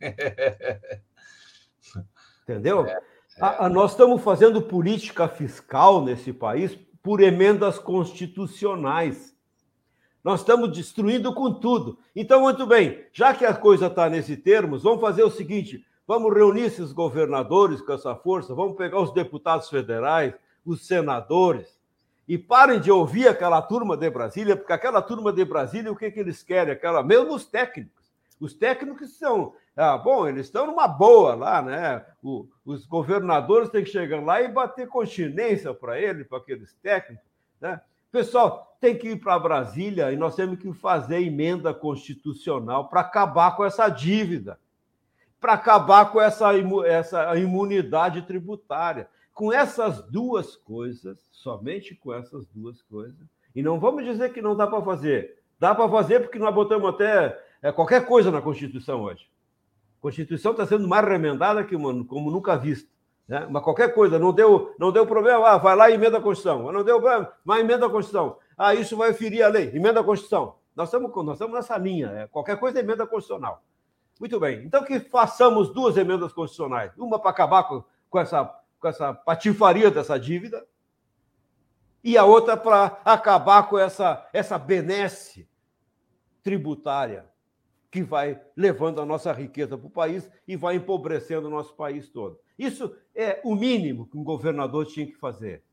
Entendeu? Nós estamos fazendo política fiscal nesse país por emendas constitucionais. Nós estamos destruindo com tudo. Então, muito bem, já que a coisa está nesse termos, vamos fazer o seguinte, vamos reunir esses governadores com essa força, vamos pegar os deputados federais, os senadores, e parem de ouvir aquela turma de Brasília, porque aquela turma de Brasília, o que eles querem? Mesmo os técnicos. Os técnicos são... eles estão numa boa lá, né? Os governadores têm que chegar lá e bater continência para eles, para aqueles técnicos, né? Pessoal, tem que ir para Brasília e nós temos que fazer emenda constitucional para acabar com essa dívida, para acabar com essa imunidade tributária. Com essas duas coisas, somente com essas duas coisas, e não vamos dizer que não dá para fazer. Dá para fazer porque nós botamos até qualquer coisa na Constituição hoje. A Constituição está sendo mais remendada como nunca vista. Né? Mas qualquer coisa, não deu problema, vai lá e emenda a Constituição. Não deu problema, mas emenda a Constituição. Isso vai ferir a lei, emenda a Constituição. Nós estamos nessa linha, qualquer coisa é emenda constitucional. Muito bem, então que façamos 2 emendas constitucionais. Uma para acabar com essa patifaria dessa dívida, e a outra para acabar com essa benesse tributária que vai levando a nossa riqueza para o país e vai empobrecendo o nosso país todo. Isso é o mínimo que um governador tinha que fazer.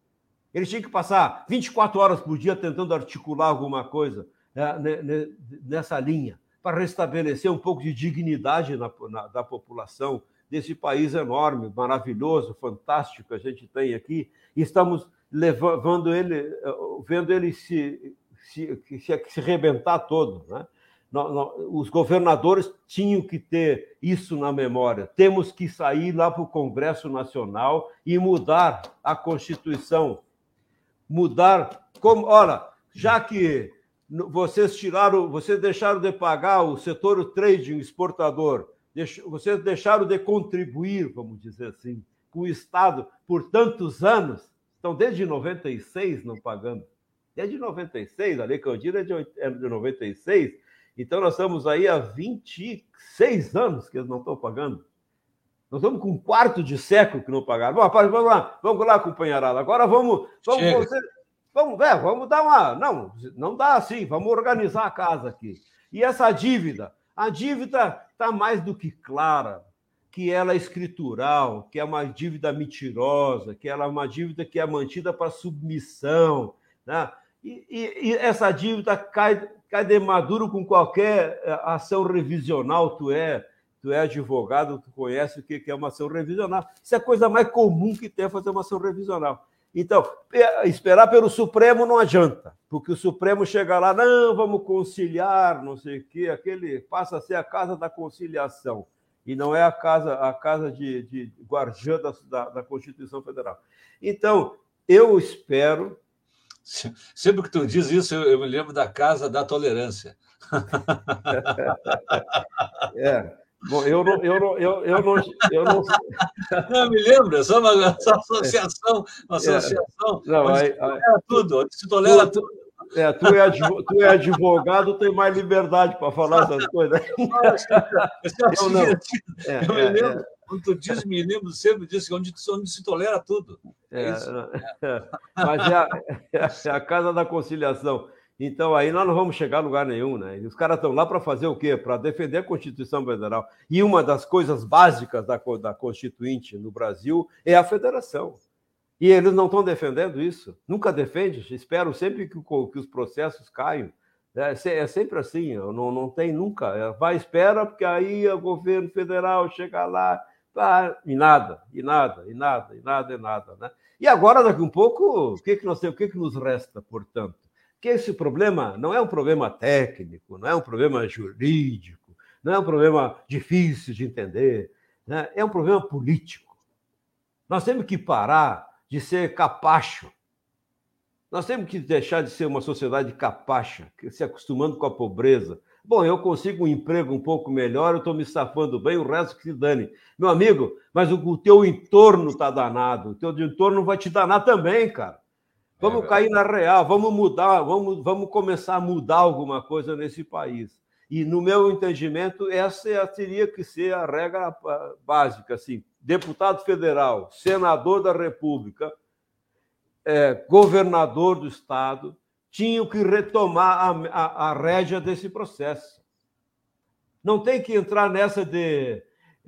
Eles tinham que passar 24 horas por dia tentando articular alguma coisa nessa linha, para restabelecer um pouco de dignidade da população desse país enorme, maravilhoso, fantástico que a gente tem aqui, e estamos vendo ele se rebentar todo, né? Os governadores tinham que ter isso na memória. Temos que sair lá para o Congresso Nacional e mudar a Constituição. Olha, já que vocês deixaram de pagar o setor trading exportador, vocês deixaram de contribuir, vamos dizer assim, com o Estado por tantos anos, estão desde 96 não pagando. Desde 96, a Lei Candir é de 96, então nós estamos aí há 26 anos que eles não estão pagando. Nós estamos com um quarto de século que não pagaram. Bom, rapaz, vamos lá, companheirada. Agora vamos dar uma... Não dá assim, vamos organizar a casa aqui. E essa dívida? A dívida está mais do que clara, que ela é escritural, que é uma dívida mentirosa, que ela é uma dívida que é mantida para submissão, né? E essa dívida cai de maduro com qualquer ação revisional. Tu é advogado, tu conhece o que é uma ação revisional. Isso é a coisa mais comum que tem, fazer uma ação revisional. Então, esperar pelo Supremo não adianta, porque o Supremo chega lá, não, vamos conciliar, não sei o quê, aquele passa a ser a casa da conciliação, e não é a casa de guardiã da Constituição Federal. Então, eu espero... Sempre que tu diz isso, eu me lembro da Casa da Tolerância. Bom, eu não. Não, me lembro, é só uma associação. Uma associação. Não, onde se tolera tudo, onde se tolera tudo. Tu é advogado, tem mais liberdade para falar essas coisas. Eu me lembro, quando tu diz, me lembro sempre disso, onde se tolera tudo. Mas é a casa da conciliação. Então, aí nós não vamos chegar a lugar nenhum, né? E os caras estão lá para fazer o quê? Para defender a Constituição Federal. E uma das coisas básicas da Constituinte no Brasil é a federação. E eles não estão defendendo isso. Nunca defendem. Esperam sempre que os processos caiam. É sempre assim. Não tem nunca. Vai, espera, porque aí o governo federal chega lá e nada. Né? E agora, daqui um pouco, o que nos resta, portanto? Que esse problema não é um problema técnico, não é um problema jurídico, não é um problema difícil de entender, né? É um problema político. Nós temos que parar de ser capacho. Nós temos que deixar de ser uma sociedade capacha, se acostumando com a pobreza. Bom, eu consigo um emprego um pouco melhor, eu estou me safando bem, o resto que se dane. Meu amigo, mas o teu entorno está danado, o teu entorno vai te danar também, cara. Vamos cair na real, vamos mudar, vamos começar a mudar alguma coisa nesse país. E, no meu entendimento, essa teria que ser a regra básica. Assim, deputado federal, senador da República, governador do Estado, tinham que retomar a rédea desse processo. Não tem que entrar nessa de...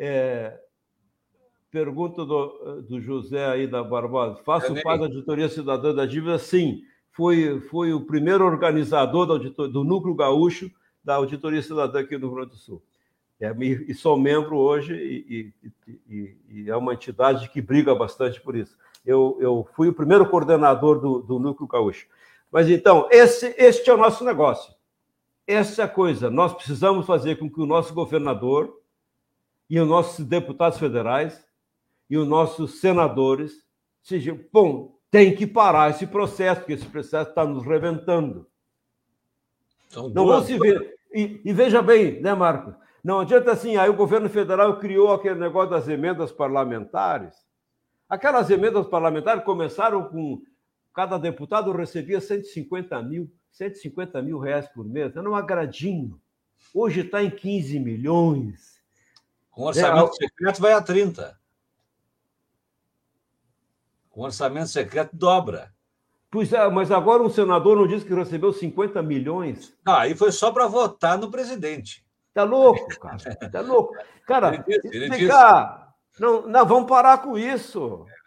Pergunta do José aí da Barbosa. Faço parte da Auditoria Cidadã da Dívida? Sim. Fui o primeiro organizador do Núcleo Gaúcho da Auditoria Cidadã aqui no Rio Grande do Sul. E sou membro hoje e é uma entidade que briga bastante por isso. Eu fui o primeiro coordenador do Núcleo Gaúcho. Mas, então, este é o nosso negócio. Essa é a coisa. Nós precisamos fazer com que o nosso governador e os nossos deputados federais e os nossos senadores sejam... Bom, tem que parar esse processo, porque esse processo está nos reventando. Não vão se ver. E veja bem, né, Marcos? Não adianta assim, aí o governo federal criou aquele negócio das emendas parlamentares. Aquelas emendas parlamentares começaram com... Cada deputado recebia 150 mil reais por mês. Era um agradinho. Hoje está em 15 milhões. Com orçamento secreto vai a 30. Com orçamento secreto dobra. Pois é, mas agora um senador não disse que recebeu 50 milhões? Não, aí foi só para votar no presidente. Tá louco, cara. Tá louco. Cara, ele disse. Não, vamos parar com isso.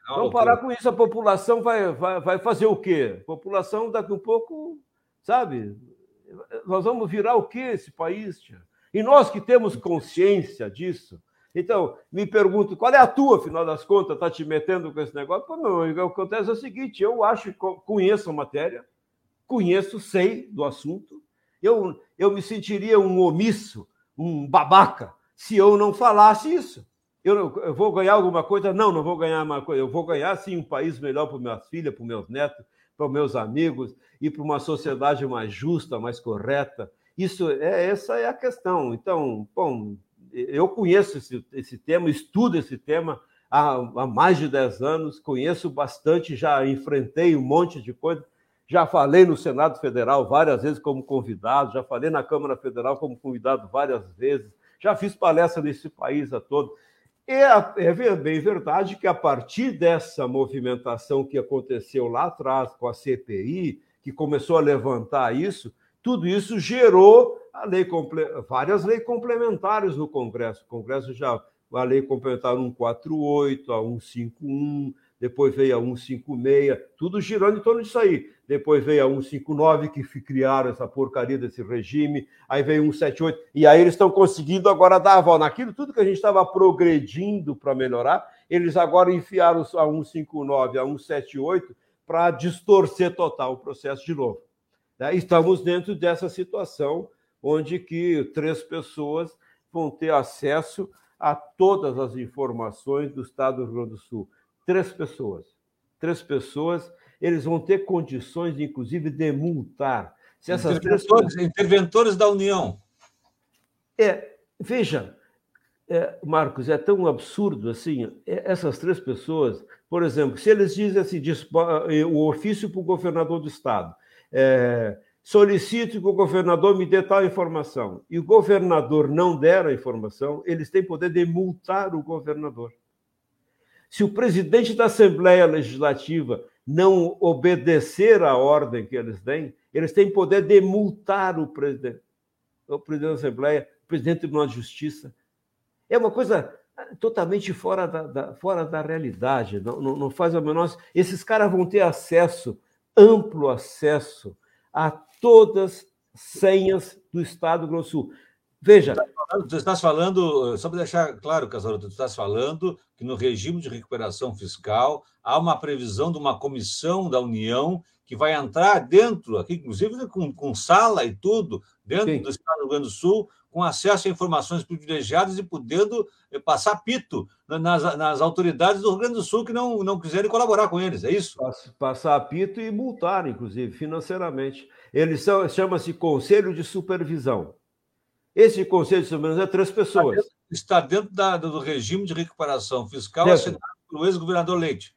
Vamos parar com isso. A população vai fazer o quê? A população, daqui um pouco, sabe? Nós vamos virar o quê, esse país, tia? E nós que temos consciência disso. Então, me pergunto, qual é a tua, afinal das contas, está te metendo com esse negócio? Pô, meu, o que acontece é o seguinte, eu acho que conheço a matéria, sei do assunto, eu me sentiria um omisso, um babaca, se eu não falasse isso. Eu vou ganhar alguma coisa? Não vou ganhar uma coisa. Eu vou ganhar, sim, um país melhor para minhas filhas, para os meus netos, para os meus amigos e para uma sociedade mais justa, mais correta. Essa é a questão. Então, bom, eu conheço esse tema, estudo esse tema há mais de 10 anos, conheço bastante, já enfrentei um monte de coisa, já falei no Senado Federal várias vezes como convidado, já falei na Câmara Federal como convidado várias vezes, já fiz palestra nesse país todo. É bem verdade que a partir dessa movimentação que aconteceu lá atrás com a CPI, que começou a levantar isso, tudo isso gerou várias leis complementares no Congresso. O Congresso já, a lei complementar 148, a 151, depois veio a 156, tudo girando em torno disso aí. Depois veio a 159, que criaram essa porcaria desse regime, aí veio 178, e aí eles estão conseguindo agora dar a volta. Naquilo tudo que a gente estava progredindo para melhorar, eles agora enfiaram a 159, a 178, para distorcer total o processo de novo. Estamos dentro dessa situação onde que 3 pessoas vão ter acesso a todas as informações do Estado do Rio Grande do Sul. 3 pessoas, eles vão ter condições, inclusive, de multar. Se essas interventores da União. Veja, Marcos, é tão absurdo assim, essas 3 pessoas, por exemplo, se eles dizem assim, o ofício para o governador do Estado, solicito que o governador me dê tal informação, e o governador não der a informação, eles têm poder de multar o governador. Se o presidente da Assembleia Legislativa não obedecer à ordem que eles deem, eles têm poder de multar o presidente da Assembleia, o presidente do Tribunal de Justiça. É uma coisa totalmente fora da realidade, não faz a menor... Esses caras vão ter amplo acesso a todas as senhas do Estado do Rio Grande do Sul. Veja... Tu estás falando, só para deixar claro, Casaroto, tu estás falando que no regime de recuperação fiscal há uma previsão de uma comissão da União que vai entrar dentro, aqui, inclusive com sala e tudo, dentro Sim. do Estado do Rio Grande do Sul, com acesso a informações privilegiadas e podendo passar pito nas autoridades do Rio Grande do Sul que não quiserem colaborar com eles, é isso? Passar pito e multar, inclusive, financeiramente. Chama-se Conselho de Supervisão. Esse Conselho de Supervisão é 3 pessoas. Está dentro do regime de recuperação fiscal assinado pelo ex-governador Leite.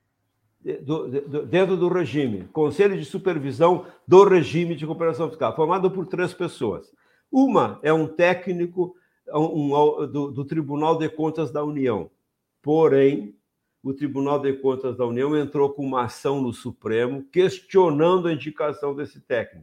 Dentro do regime. Conselho de Supervisão do regime de recuperação fiscal, formado por 3 pessoas. Uma é um técnico do Tribunal de Contas da União. Porém, o Tribunal de Contas da União entrou com uma ação no Supremo questionando a indicação desse técnico.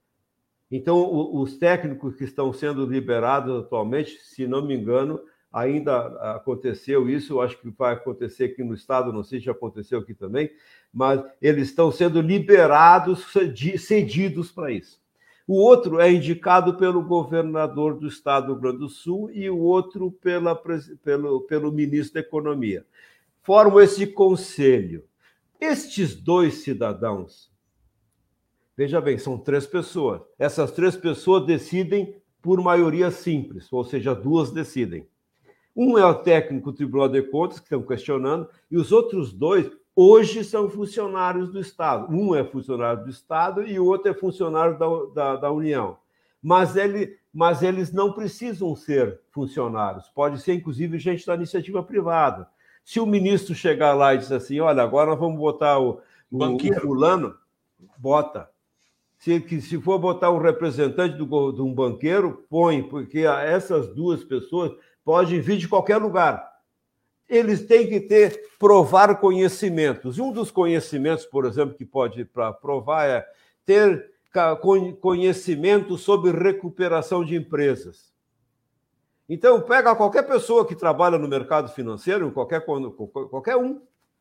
Então, os técnicos que estão sendo liberados atualmente, se não me engano, ainda aconteceu isso, eu acho que vai acontecer aqui no Estado, não sei se já aconteceu aqui também, mas eles estão sendo liberados, cedidos para isso. O outro é indicado pelo governador do Estado do Rio Grande do Sul e o outro pelo ministro da Economia. Formam esse conselho. Estes 2 cidadãos, veja bem, são 3 pessoas. Essas 3 pessoas decidem por maioria simples, ou seja, 2 decidem. Um é o técnico do Tribunal de Contas, que estão questionando, e os outros 2, hoje, são funcionários do Estado. Um é funcionário do Estado e o outro é funcionário da União. Mas eles não precisam ser funcionários. Pode ser, inclusive, gente da iniciativa privada. Se o ministro chegar lá e dizer assim, olha, agora nós vamos botar o fulano, bota. Se for botar um representante de um banqueiro, põe, porque essas 2 pessoas podem vir de qualquer lugar. Eles têm que provar conhecimentos. E um dos conhecimentos, por exemplo, que pode provar é ter conhecimento sobre recuperação de empresas. Então, pega qualquer pessoa que trabalha no mercado financeiro, qualquer um,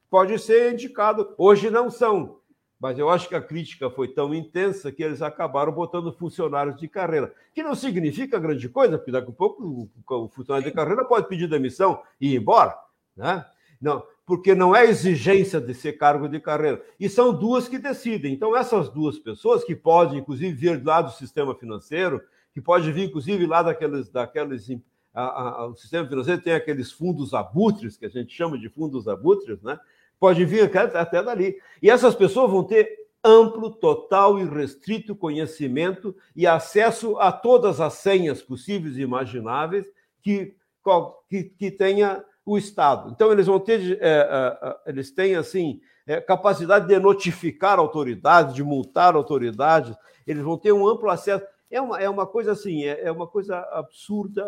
pode ser indicado. Hoje não são, mas eu acho que a crítica foi tão intensa que eles acabaram botando funcionários de carreira, que não significa grande coisa, porque daqui a pouco o funcionário de carreira pode pedir demissão e ir embora, né? Não, porque não é exigência de ser cargo de carreira. E são duas que decidem. Então, essas duas pessoas, que podem, inclusive, vir lá do sistema financeiro, que pode vir, inclusive, lá daqueles o sistema financeiro tem aqueles fundos abutres, que a gente chama de fundos abutres, né? Pode vir até dali. E essas pessoas vão ter amplo, total e restrito conhecimento e acesso a todas as senhas possíveis e imagináveis que tenha o Estado. Então, eles vão ter, eles têm, assim, capacidade de notificar autoridades, de multar autoridades, eles vão ter um amplo acesso. É uma coisa assim, é uma coisa absurda.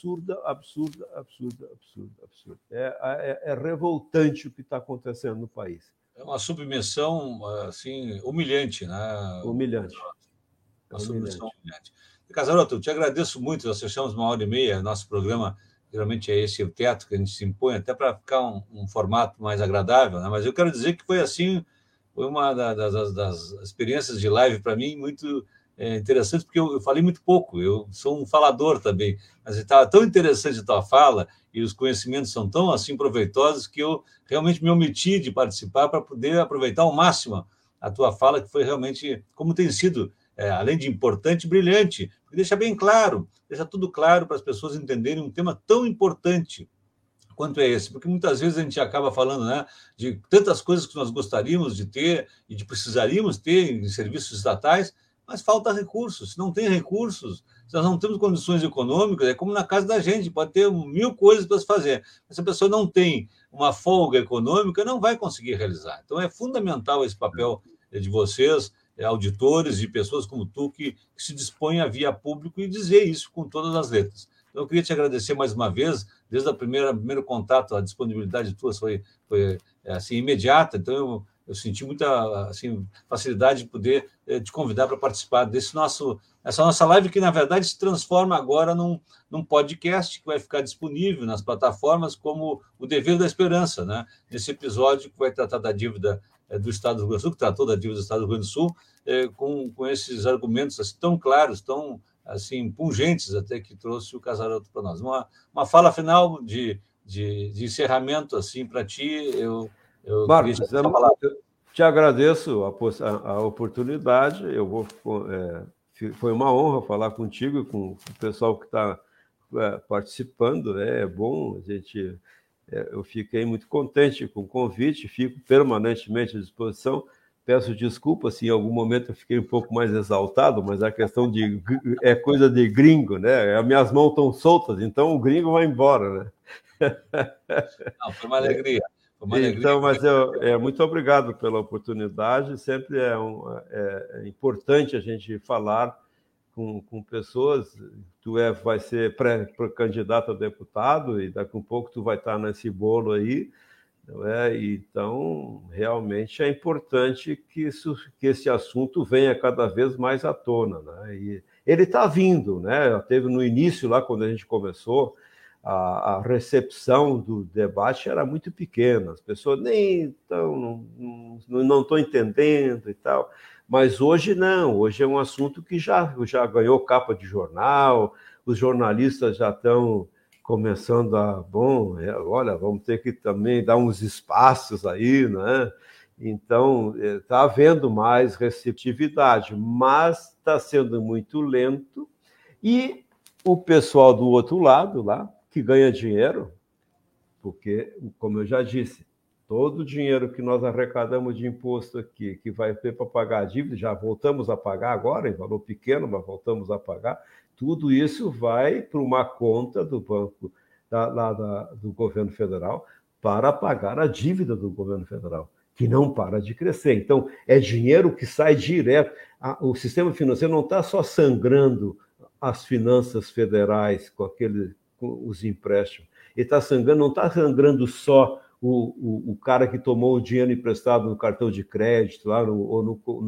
É revoltante o que está acontecendo no país. É uma submissão, assim, humilhante, né? Humilhante. Uma submissão humilhante. Casaroto, eu te agradeço muito, nós fechamos 1h30, nosso programa geralmente é esse o teto que a gente se impõe, até para ficar um formato mais agradável, né? Mas eu quero dizer que foi assim, foi uma das experiências de live para mim muito interessante, porque eu falei muito pouco, eu sou um falador também, mas estava tão interessante a tua fala e os conhecimentos são tão assim proveitosos que eu realmente me omiti de participar para poder aproveitar ao máximo a tua fala, que foi realmente, como tem sido, além de importante, brilhante, porque deixa bem claro, deixa tudo claro para as pessoas entenderem um tema tão importante quanto é esse, porque muitas vezes a gente acaba falando, né, de tantas coisas que nós gostaríamos de ter e de precisaríamos ter em serviços estatais, mas falta recursos. Se não tem recursos, se nós não temos condições econômicas, é como na casa da gente, pode ter 1000 coisas para se fazer, mas se a pessoa não tem uma folga econômica, não vai conseguir realizar. Então é fundamental esse papel de vocês, auditores e pessoas como tu, que se dispõem a vir a público e dizer isso com todas as letras. Então, eu queria te agradecer mais uma vez, desde o primeiro contato, a disponibilidade tua foi assim, imediata, então eu senti muita assim, facilidade de poder te convidar para participar essa nossa live, que, na verdade, se transforma agora num podcast que vai ficar disponível nas plataformas como o Dever da Esperança, né? Nesse episódio que vai tratar da dívida do Estado do Rio Grande do Sul, que tratou da dívida do Estado do Rio Grande do Sul, com esses argumentos assim, tão claros, tão assim, pungentes até, que trouxe o Casaroto para nós. Uma fala final de encerramento assim, para ti, Marcos, eu te agradeço a oportunidade, foi uma honra falar contigo e com o pessoal que está participando, é bom, eu fiquei muito contente com o convite, fico permanentemente à disposição. Peço desculpas se em algum momento eu fiquei um pouco mais exaltado, mas a questão é coisa de gringo, né? As minhas mãos estão soltas, então o gringo vai embora, né? Não, foi uma alegria. Então, mas muito obrigado pela oportunidade. Sempre é importante a gente falar com pessoas. Tu vai ser pré-candidato a deputado e daqui a um pouco tu vai estar nesse bolo aí. Então, realmente é importante que esse assunto venha cada vez mais à tona, né? E ele está vindo, né? Teve no início, lá quando a gente começou, a recepção do debate era muito pequena, as pessoas nem não estão entendendo e tal, mas hoje não, hoje é um assunto que já ganhou capa de jornal, os jornalistas já estão começando olha, vamos ter que também dar uns espaços aí, né? Então, está havendo mais receptividade, mas está sendo muito lento, e o pessoal do outro lado lá, que ganha dinheiro, porque, como eu já disse, todo o dinheiro que nós arrecadamos de imposto aqui, que vai ter para pagar a dívida, já voltamos a pagar agora, em valor pequeno, mas voltamos a pagar, tudo isso vai para uma conta do banco do governo federal para pagar a dívida do governo federal, que não para de crescer. Então, é dinheiro que sai direto. O sistema financeiro não está só sangrando as finanças federais com os empréstimos. Ele está sangrando, não está sangrando só o cara que tomou o dinheiro emprestado no cartão de crédito lá, ou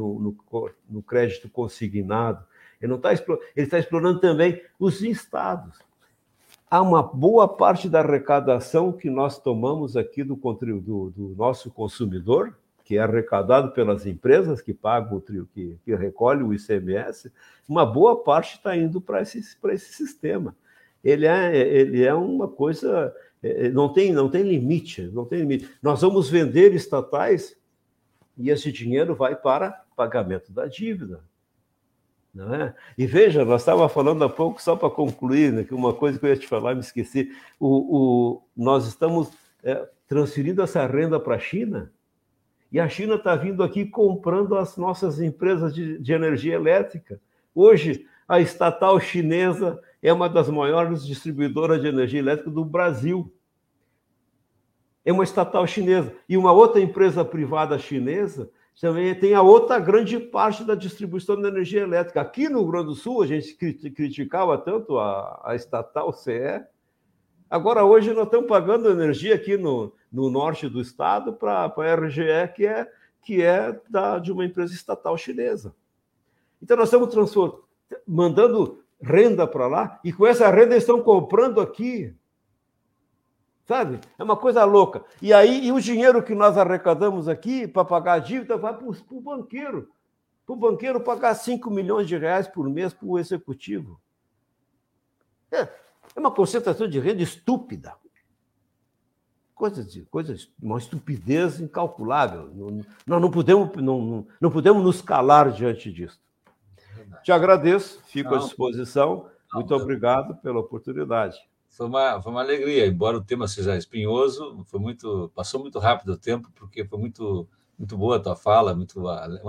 no crédito consignado. Ele está explorando também os estados. há uma boa parte da arrecadação que nós tomamos aqui do nosso consumidor, que é arrecadado pelas empresas que pagam, que recolhem o ICMS, uma boa parte está indo para esse sistema. Ele é uma coisa, não tem limite, não tem limite. Nós vamos vender estatais e esse dinheiro vai para pagamento da dívida. Não é? E veja, nós estávamos falando há pouco, só para concluir, né, que uma coisa que eu ia te falar, me esqueci, nós estamos transferindo essa renda para a China, e a China está vindo aqui comprando as nossas empresas de energia elétrica. Hoje, a estatal chinesa é uma das maiores distribuidoras de energia elétrica do Brasil. É uma estatal chinesa. E uma outra empresa privada chinesa também tem a outra grande parte da distribuição de energia elétrica. Aqui no Rio Grande do Sul, a gente criticava tanto a estatal CE. Agora, hoje, nós estamos pagando energia aqui no norte do estado para a RGE, que é de uma empresa estatal chinesa. Então, nós estamos mandando renda para lá, e com essa renda eles estão comprando aqui. Sabe? É uma coisa louca. E aí, o dinheiro que nós arrecadamos aqui para pagar a dívida vai para o banqueiro. Para o banqueiro pagar 5 milhões de reais por mês para o executivo. É uma concentração de renda estúpida. Uma estupidez incalculável. Nós não podemos nos calar diante disso. Te agradeço, fico à disposição. Muito obrigado pela oportunidade. Foi uma alegria, embora o tema seja espinhoso, passou muito rápido o tempo, porque foi muito boa a tua fala, muito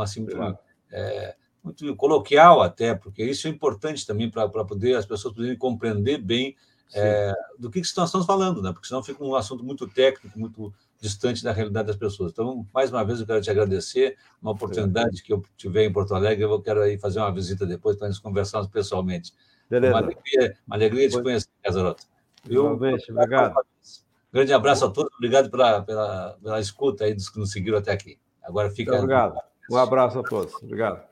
coloquial até, porque isso é importante também para poder as pessoas poderem compreender bem do que nós estamos falando, né? Porque senão fica um assunto muito técnico, muito distante da realidade das pessoas. Então, mais uma vez, eu quero te agradecer, uma oportunidade que eu tiver em Porto Alegre, eu quero aí fazer uma visita depois para nós conversarmos pessoalmente. Beleza. Uma alegria te conhecer, Casaroto. Obrigado. Grande abraço a todos, obrigado pela escuta aí dos que nos seguiram até aqui. Agora fica. Obrigado. Um abraço a todos. Obrigado.